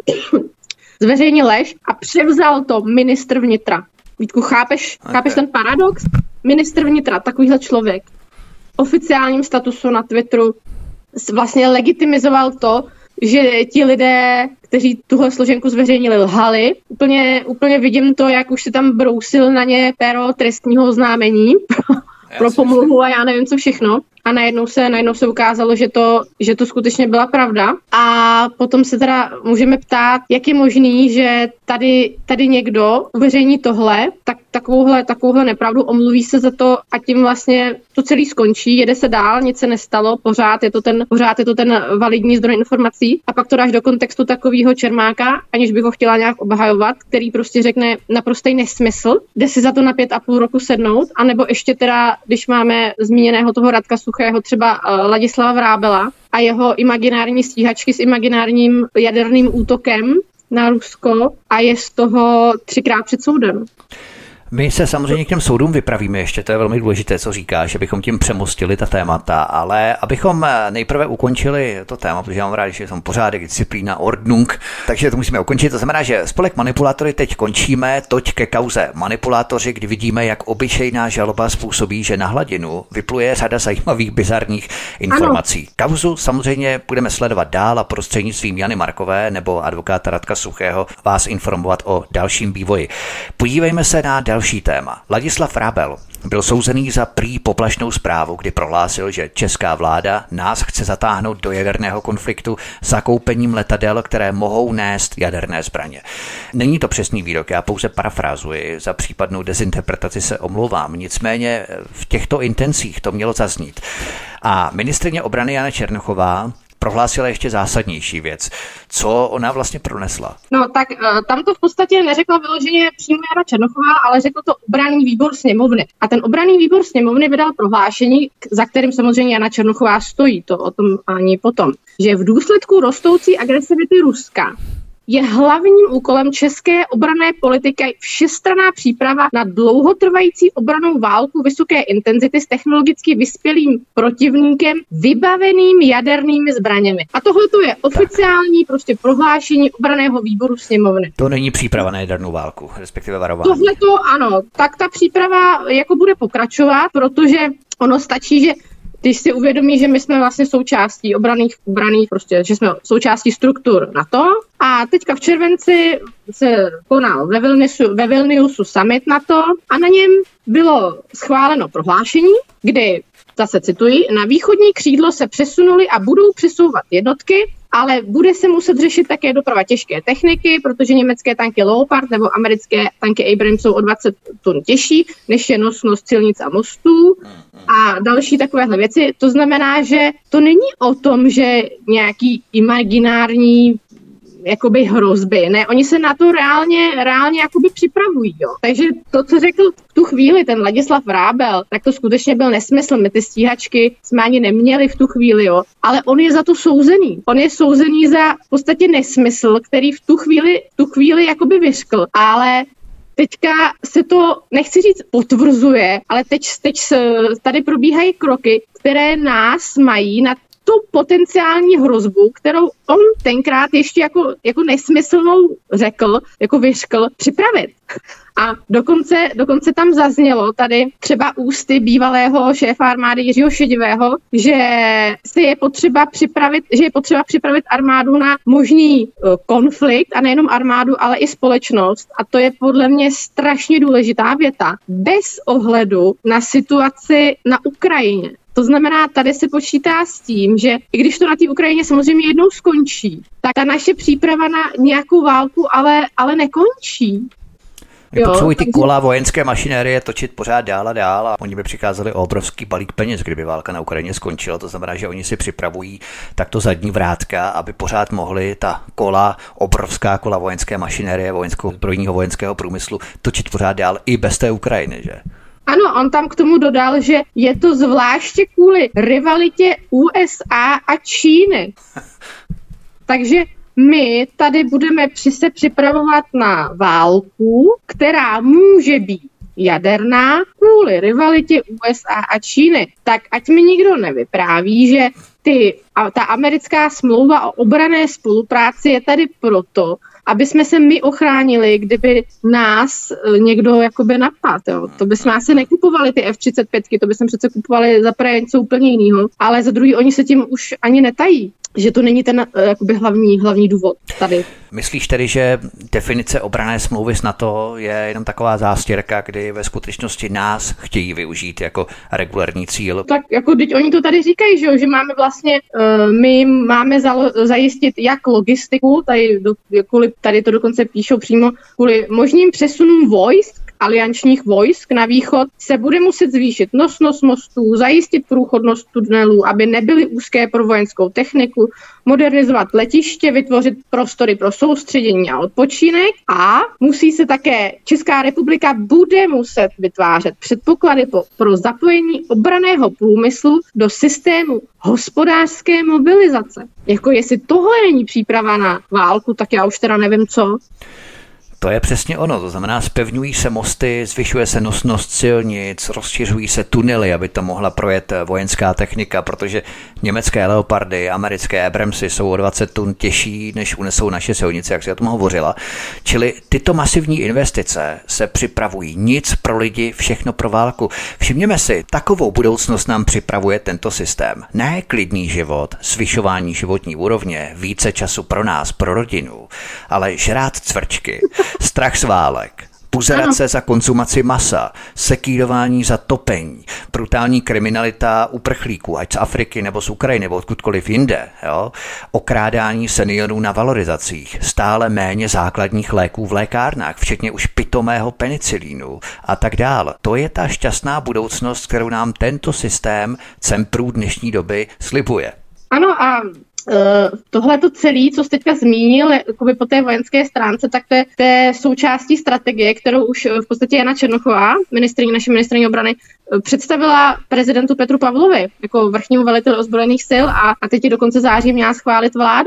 zveřejnil lež a převzal to ministr vnitra. Vítku, chápeš, okay. chápeš ten paradox? Ministr vnitra, takovýhle člověk, oficiálním statusu na Twitteru vlastně legitimizoval to, že ti lidé, kteří tuhle složenku zveřejnili, lhali. Úplně, úplně vidím to, jak už si tam brousil na ně péro trestního oznámení pro pomluvu a já nevím co všechno. A najednou se, najednou se ukázalo, že to, že to skutečně byla pravda. A potom se teda můžeme ptát, jak je možný, že tady, tady někdo uveřejní tohle, tak takovouhle, takovouhle nepravdu, omluví se za to a tím vlastně to celý skončí, jede se dál, nic se nestalo, pořád je to ten, pořád je to ten validní zdroj informací a pak to dáš do kontextu takového čermáka, aniž bych ho chtěla nějak obhajovat, který prostě řekne naprostý nesmysl, jde si za to na pět a půl roku sednout, anebo ještě teda, když máme zmíněného toho Radka Suchého, třeba Ladislava Vrábela a jeho imaginární stíhačky s imaginárním jaderným útokem na Rusko a je z toho třikrát před soudem. My se samozřejmě k těm soudům vypravíme ještě, to je velmi důležité, co říkáš, abychom tím přemostili ta témata, ale abychom nejprve ukončili to téma, protože já mám rád, že je tam pořádek, disciplína, ordnung, takže to musíme ukončit. To znamená, že spolek Manipulátory teď končíme, toť ke kauze Manipulátoři, kdy vidíme, jak obyčejná žaloba způsobí, že na hladinu vypluje řada zajímavých bizarních informací. Ano. Kauzu samozřejmě budeme sledovat dál a prostřednictvím Jany Markové nebo advokáta Radka Suchého vás informovat o dalším vývoji. Podívejme se na další téma. Ladislav Vrábel byl souzený za prý poplašnou zprávu, kdy prohlásil, že česká vláda nás chce zatáhnout do jaderného konfliktu zakoupením letadel, které mohou nést jaderné zbraně. Není to přesný výrok, já pouze parafrázuji, za případnou dezinterpretaci se omlouvám, nicméně v těchto intencích to mělo zaznít. A ministryně obrany Jana Černochová prohlásila ještě zásadnější věc. Co ona vlastně pronesla? No tak tam to v podstatě neřekla vyloženě přímo Jana Černochová, ale řekl to obranný výbor sněmovny. A ten obranný výbor sněmovny vydal prohlášení, za kterým samozřejmě Jana Černochová stojí, to o tom ani potom, že v důsledku rostoucí agresivity Ruska je hlavním úkolem české obranné politiky všestranná příprava na dlouhotrvající obrannou válku vysoké intenzity s technologicky vyspělým protivníkem vybaveným jadernými zbraněmi. A tohle to je oficiální prostě prohlášení obranného výboru sněmovny. To není příprava na jadernou válku, respektive varování. Tohle to ano, tak ta příprava jako bude pokračovat, protože ono stačí, že když si uvědomí, že my jsme vlastně součástí obraných, obraných prostě, že jsme součástí struktur NATO a teďka v červenci se konal ve Vilniusu, ve Vilniusu summit NATO a na něm bylo schváleno prohlášení, kdy, zase cituji, na východní křídlo se přesunuli a budou přesouvat jednotky, ale bude se muset řešit také doprava těžké techniky, protože německé tanky Leopard nebo americké tanky Abrams jsou o dvacet tun těžší, než je nosnost silnic a mostů a další takovéhle věci. To znamená, že to není o tom, že nějaký imaginární jakoby hrozby, ne, oni se na to reálně, reálně jakoby připravují, jo. Takže to, co řekl v tu chvíli ten Ladislav Vrábel, tak to skutečně byl nesmysl, my ty stíhačky jsme ani neměli v tu chvíli, jo, ale on je za to souzený, on je souzený za v podstatě nesmysl, který v tu chvíli, v tu chvíli jakoby vyřkl, ale teďka se to, nechci říct potvrzuje, ale teď, teď tady probíhají kroky, které nás mají na tu potenciální hrozbu, kterou on tenkrát ještě jako, jako nesmyslnou řekl, jako vyřkl, připravit. A dokonce, dokonce tam zaznělo tady třeba ústy bývalého šéfa armády Jiřího Šedivého, že se je potřeba připravit, že je potřeba připravit armádu na možný uh, konflikt a nejenom armádu, ale i společnost. A to je podle mě strašně důležitá věta. Bez ohledu na situaci na Ukrajině. To znamená, tady se počítá s tím, že i když to na té Ukrajině samozřejmě jednou skončí, tak ta naše příprava na nějakou válku ale, ale nekončí. My potřebují ty kola vojenské mašinérie točit pořád dál a dál a oni by přicházeli o obrovský balík peněz, kdyby válka na Ukrajině skončila. To znamená, že oni si připravují takto zadní vrátka, aby pořád mohli ta kola, obrovská kola vojenské mašinérie, vojenského zbrojního vojenského průmyslu točit pořád dál i bez té Ukrajiny, že? Ano, on tam k tomu dodal, že je to zvláště kvůli rivalitě U S A a Číny. Takže my tady budeme při se připravovat na válku, která může být jaderná kvůli rivalitě U S A a Číny. Tak ať mi nikdo nevypráví, že ty, a ta americká smlouva o obranné spolupráci je tady proto, aby jsme se my ochránili, kdyby nás někdo jakoby napadl. Jo. To bychom asi nekupovali ty F třicet pět, to bychom přece kupovali za prvé něco úplně jiného, ale za druhý oni se tím už ani netají, že to není ten jakoby hlavní, hlavní důvod tady. Myslíš tedy, že definice obranné smlouvy s NATO je jenom taková zástěrka, kdy ve skutečnosti nás chtějí využít jako regulární cíl? Tak jako teď oni to tady říkají, že, jo, že máme vlastně, uh, my máme zalo- zajistit jak logistiku, tady, do, kvůli, tady to dokonce píšou přímo, kvůli možným přesunům vojsk, aliančních vojsk na východ se bude muset zvýšit nosnost mostů, zajistit průchodnost tunelů, aby nebyly úzké pro vojenskou techniku, modernizovat letiště, vytvořit prostory pro soustředění a odpočinek a musí se také, Česká republika bude muset vytvářet předpoklady po, pro zapojení obranného průmyslu do systému hospodářské mobilizace. Jako jestli tohle není příprava na válku, tak já už teda nevím co. To je přesně ono, to znamená, zpevňují se mosty, zvyšuje se nosnost silnic, rozšiřují se tunely, aby to mohla projet vojenská technika, protože německé Leopardy, americké Abramsy jsou o dvacet tun těžší, než unesou naše silnice, jak si o tom hovořila. Čili tyto masivní investice se připravují, nic pro lidi, všechno pro válku. Všimněme si, takovou budoucnost nám připravuje tento systém. Ne klidný život, zvyšování životní úrovně, více času pro nás, pro rodinu, ale žrát cvrčky. Strach z válek, puzerace za konzumaci masa, sekírování za topení, brutální kriminalita uprchlíků, ať z Afriky nebo z Ukrajiny nebo odkudkoliv jinde, jo? Okrádání seniorů na valorizacích, stále méně základních léků v lékárnách, včetně už pitomého penicilínu a tak dále. To je ta šťastná budoucnost, kterou nám tento systém cemprů dnešní doby slibuje. Ano a Uh, tohle to celé, co jsi teďka zmínil, jakoby po té vojenské stránce, tak to je, to je součástí strategie, kterou už v podstatě Jana Černochová, ministryně, naše ministryně obrany, představila prezidentu Petru Pavlovi jako vrchnímu veliteli ozbrojených sil a, a teď ji do konce září měla schválit vláda.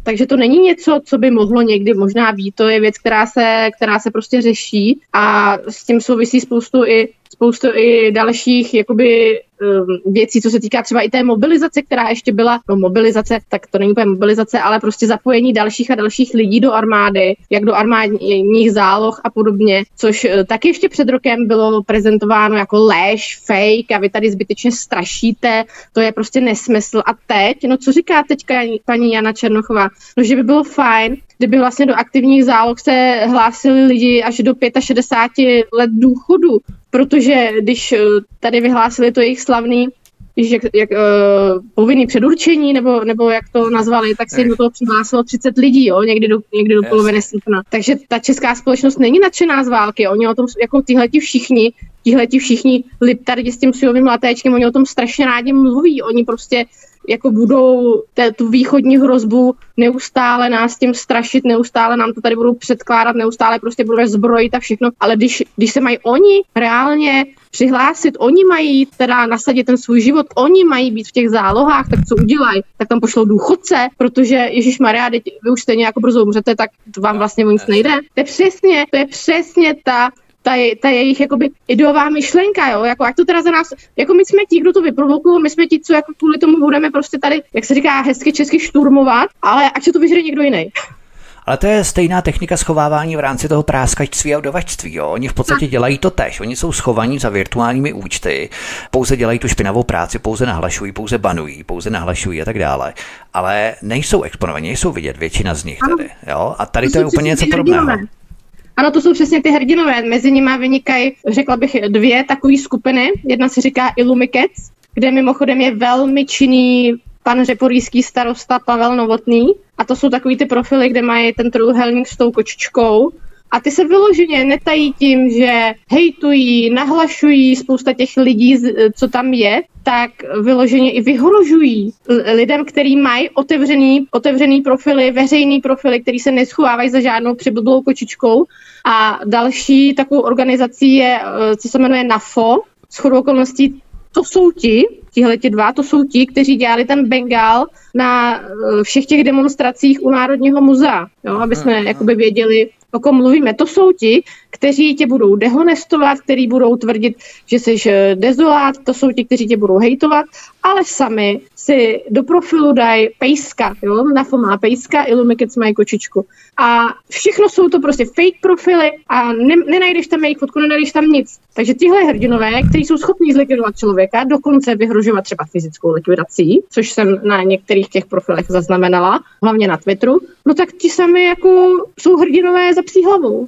Takže to není něco, co by mohlo někdy možná být. To je věc, která se, která se prostě řeší a s tím souvisí spoustu i spoustu i dalších jakoby věcí, co se týká třeba i té mobilizace, která ještě byla, no mobilizace, tak to není úplně mobilizace, ale prostě zapojení dalších a dalších lidí do armády, jak do armádních záloh a podobně, což taky ještě před rokem bylo prezentováno jako lež, fake a vy tady zbytečně strašíte, to je prostě nesmysl. A teď, no co říká teďka paní Jana Černochová, no že by bylo fajn, kdyby vlastně do aktivních záloh se hlásili lidi až do šedesáti pěti let důchodu, protože když tady vyhlásili to jejich slavný, jak, jak uh, povinný předurčení, nebo, nebo jak to nazvali, tak se jim do toho přihlásilo třicet lidí, jo, někdy do, někdy do poloviny srpna. Takže ta česká společnost není nadšená z války, oni o tom, jako tihleti všichni, tihleti všichni liptardi s tím sujovým latéčkem, oni o tom strašně rádi mluví, oni prostě jako budou té, tu východní hrozbu neustále nás tím strašit, neustále nám to tady budou předkládat, neustále prostě budou zbrojit a všechno, ale když, když se mají oni reálně přihlásit, oni mají teda nasadit ten svůj život, oni mají být v těch zálohách, tak co udělají? Tak tam pošlou důchodce, protože Ježišmarja, vy už stejně jako brzo umřete, tak vám vlastně o nic nejde. To je přesně, to je přesně ta Ta, je, ta jejich jakoby ideová myšlenka, jo, jako ať to teda za nás, jako my jsme ti, kdo to vyprovokují, my jsme ti, co jako kvůli tomu budeme prostě tady, jak se říká, hezky česky šturmovat, ale ať se to vyžere někdo jiný. Ale to je stejná technika schovávání v rámci toho práskačství a udovačství. Jo? Oni v podstatě dělají to též. Oni jsou schovaní za virtuálními účty, pouze dělají tu špinavou práci, pouze nahlašují, pouze banují, pouze nahlašují a tak dále. Ale nejsou exponovaní, nejsou vidět většina z nich tady. Jo? A tady to, to je úplně něco podobného. Ano, to jsou přesně ty hrdinové. Mezi nimi vynikají, řekla bych, dvě takové skupiny. Jedna se říká Illumikec, kde mimochodem je velmi činný pan řeporíský starosta Pavel Novotný. A to jsou takový ty profily, kde mají ten trojúhelník s tou kočičkou. A ty se vyloženě netají tím, že hejtují, nahlašují spousta těch lidí, co tam je, tak vyloženě i vyhrožují lidem, kteří mají otevřený, otevřený profily, veřejný profily, který se neschovávají za žádnou přiblblou kočičkou. A další takovou organizací je, co se jmenuje NAFO, shodou okolností. To jsou ti, tihleti dva, to jsou ti, kteří dělali ten Bengál na všech těch demonstracích u Národního muzea, jo, aby jsme jakoby věděli, o kom mluvíme. To jsou ti, kteří tě budou dehonestovat, kteří budou tvrdit, že jsi dezolát, to jsou ti, kteří tě budou hejtovat, ale sami si do profilu dají pejska, jo, NAFO má pejska, Illumikec mají kočičku. A všechno jsou to prostě fake profily a ne, nenajdeš tam jejich fotku, nenajdeš tam nic. Takže tyhle hrdinové, kteří jsou schopní zlikvidovat člověka, dokonce vyhrožovat třeba fyzickou likvidací, což jsem na některých těch profilech zaznamenala, hlavně na Twitteru, no tak ti sami jako jsou hrdinové za psí hlavou.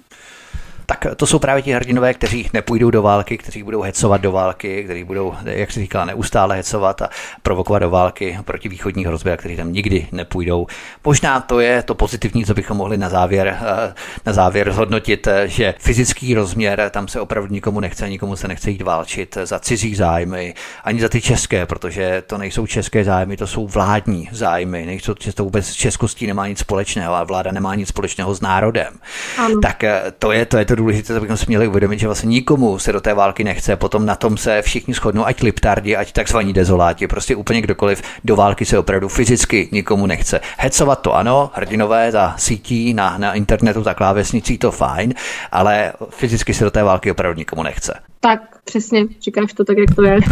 Tak to jsou právě ti hrdinové, kteří nepůjdou do války, kteří budou hecovat do války, kteří budou, jak se říkala, neustále hecovat a provokovat do války proti východní hrozbě, a kteří tam nikdy nepůjdou. Možná to je to pozitivní, co bychom mohli na závěr, na závěr zhodnotit, že fyzický rozměr, tam se opravdu nikomu nechce, nikomu se nechce jít válčit za cizí zájmy, ani za ty české, protože to nejsou české zájmy, to jsou vládní zájmy, nejsou, to vůbec s českostí nemá nic společného a vláda nemá nic společného s národem. Ano. Tak to je to je to důležité, abychom si měli uvědomit, že vlastně nikomu se do té války nechce, potom na tom se všichni shodnou, ať liptardi, ať takzvaní dezoláti, prostě úplně kdokoliv, do války se opravdu fyzicky nikomu nechce. Hecovat to ano, hrdinové za sítí, na, na internetu, za klávesnicí to fajn, ale fyzicky se do té války opravdu nikomu nechce. Tak, přesně, říkáš to tak, jak to je.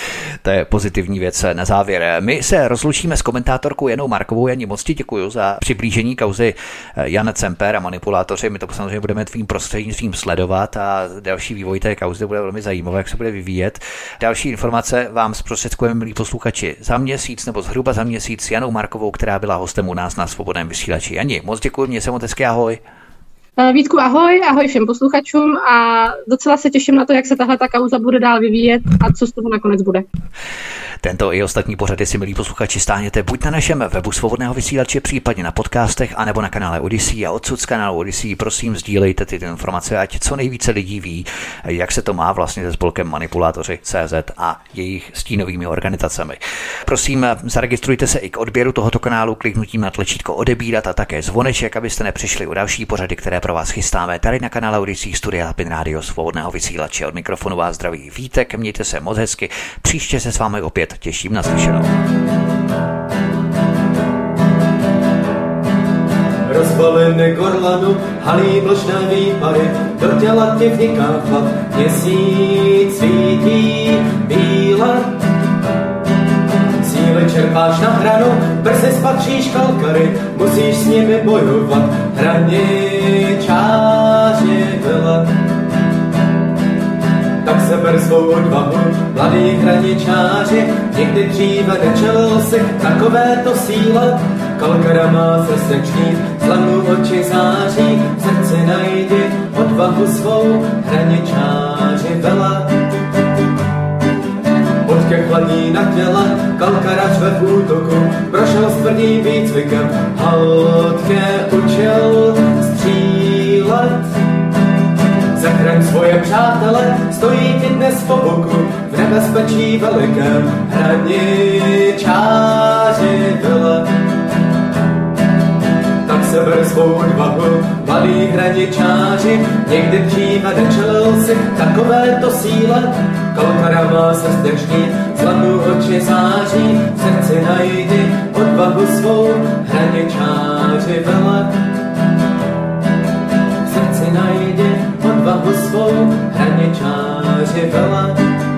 To je pozitivní věc na závěr. My se rozlučíme s komentátorkou Janou Markovou. Janí, moc ti děkuji za přiblížení kauzy Jan Cemper a manipulátoři. My to samozřejmě budeme tvým prostřednictvím sledovat a další vývoj té kauzy bude velmi zajímavé, jak se bude vyvíjet. Další informace vám zprostředkujeme, milí posluchači, za měsíc nebo zhruba za měsíc s Janou Markovou, která byla hostem u nás na Svobodném vysílači. Jani, moc děkuji, mě se moc hezky, ahoj. Vítku, ahoj, ahoj všem posluchačům a docela se těším na to, jak se tahle ta kauza bude dál vyvíjet a co z toho nakonec bude. Tento i ostatní pořady si, milí posluchači, stáhněte buď na našem webu Svobodného vysílače, případně na podcastech, anebo na kanále Odyssey, a odsud z kanálu Odyssey prosím sdílejte tyto informace, ať co nejvíce lidí ví, jak se to má vlastně se spolkem Manipulátoři tečka cé zet a jejich stínovými organizacemi. Prosím, zaregistrujte se i k odběru tohoto kanálu kliknutím na tlačítko odebírat a také zvoneček, abyste nepřišli o další pořady, které pro vás chystáme tady na kanále Odyssey, Studia Lapin Rádio Svobodného vysílače. Od mikrofonu vás zdraví Vítek, mějte se moc hezky, příště se s vámi opět těším na slyšenou. rozbaleny gorlanu, halí vlčné výpary, do těla ti vniká chlad, měsíc svítí bíle. Síly čerpáš na hranu, brzy spatříš kalkary, musíš s nimi bojovat, hraničáři vyle. Tak seber svou odvahu, mladý hraničáři, nikdy dříve nečelil si takovéto síle. Kalkara má se sečnít, zlamu oči září, v srdci najdi odvahu svou, hraničáři vele. Odke chladí na těle, kalkara řve v útoku, prošel s tvrdým výcvikem, haltke učil střílet. Zachraň svoje přátele, stojí ti dnes po boku, v nebezpečí velikém, hraničáři vyle. Tak seber svou odvahu, mladý hraničáři, někdy dříve nečelil si takovéto síle. Kalkara má se stečnit, zlamu oči září, v srdci najdi odvahu svou, hraničáři vyle. V srdci najdi odvahu svou, hraničáři vele.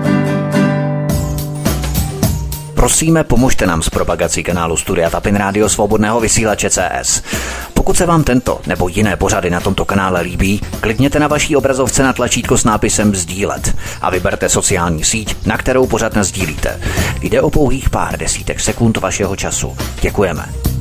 Prosíme, pomožte nám s propagací kanálu Studia Tapin Rádio Svobodného vysílače C S. Pokud se vám tento nebo jiné pořady na tomto kanále líbí, klikněte na vaší obrazovce na tlačítko s nápisem sdílet a vyberte sociální síť, na kterou pořad nasdílíte. Jde o pouhých pár desítek sekund vašeho času. Děkujeme.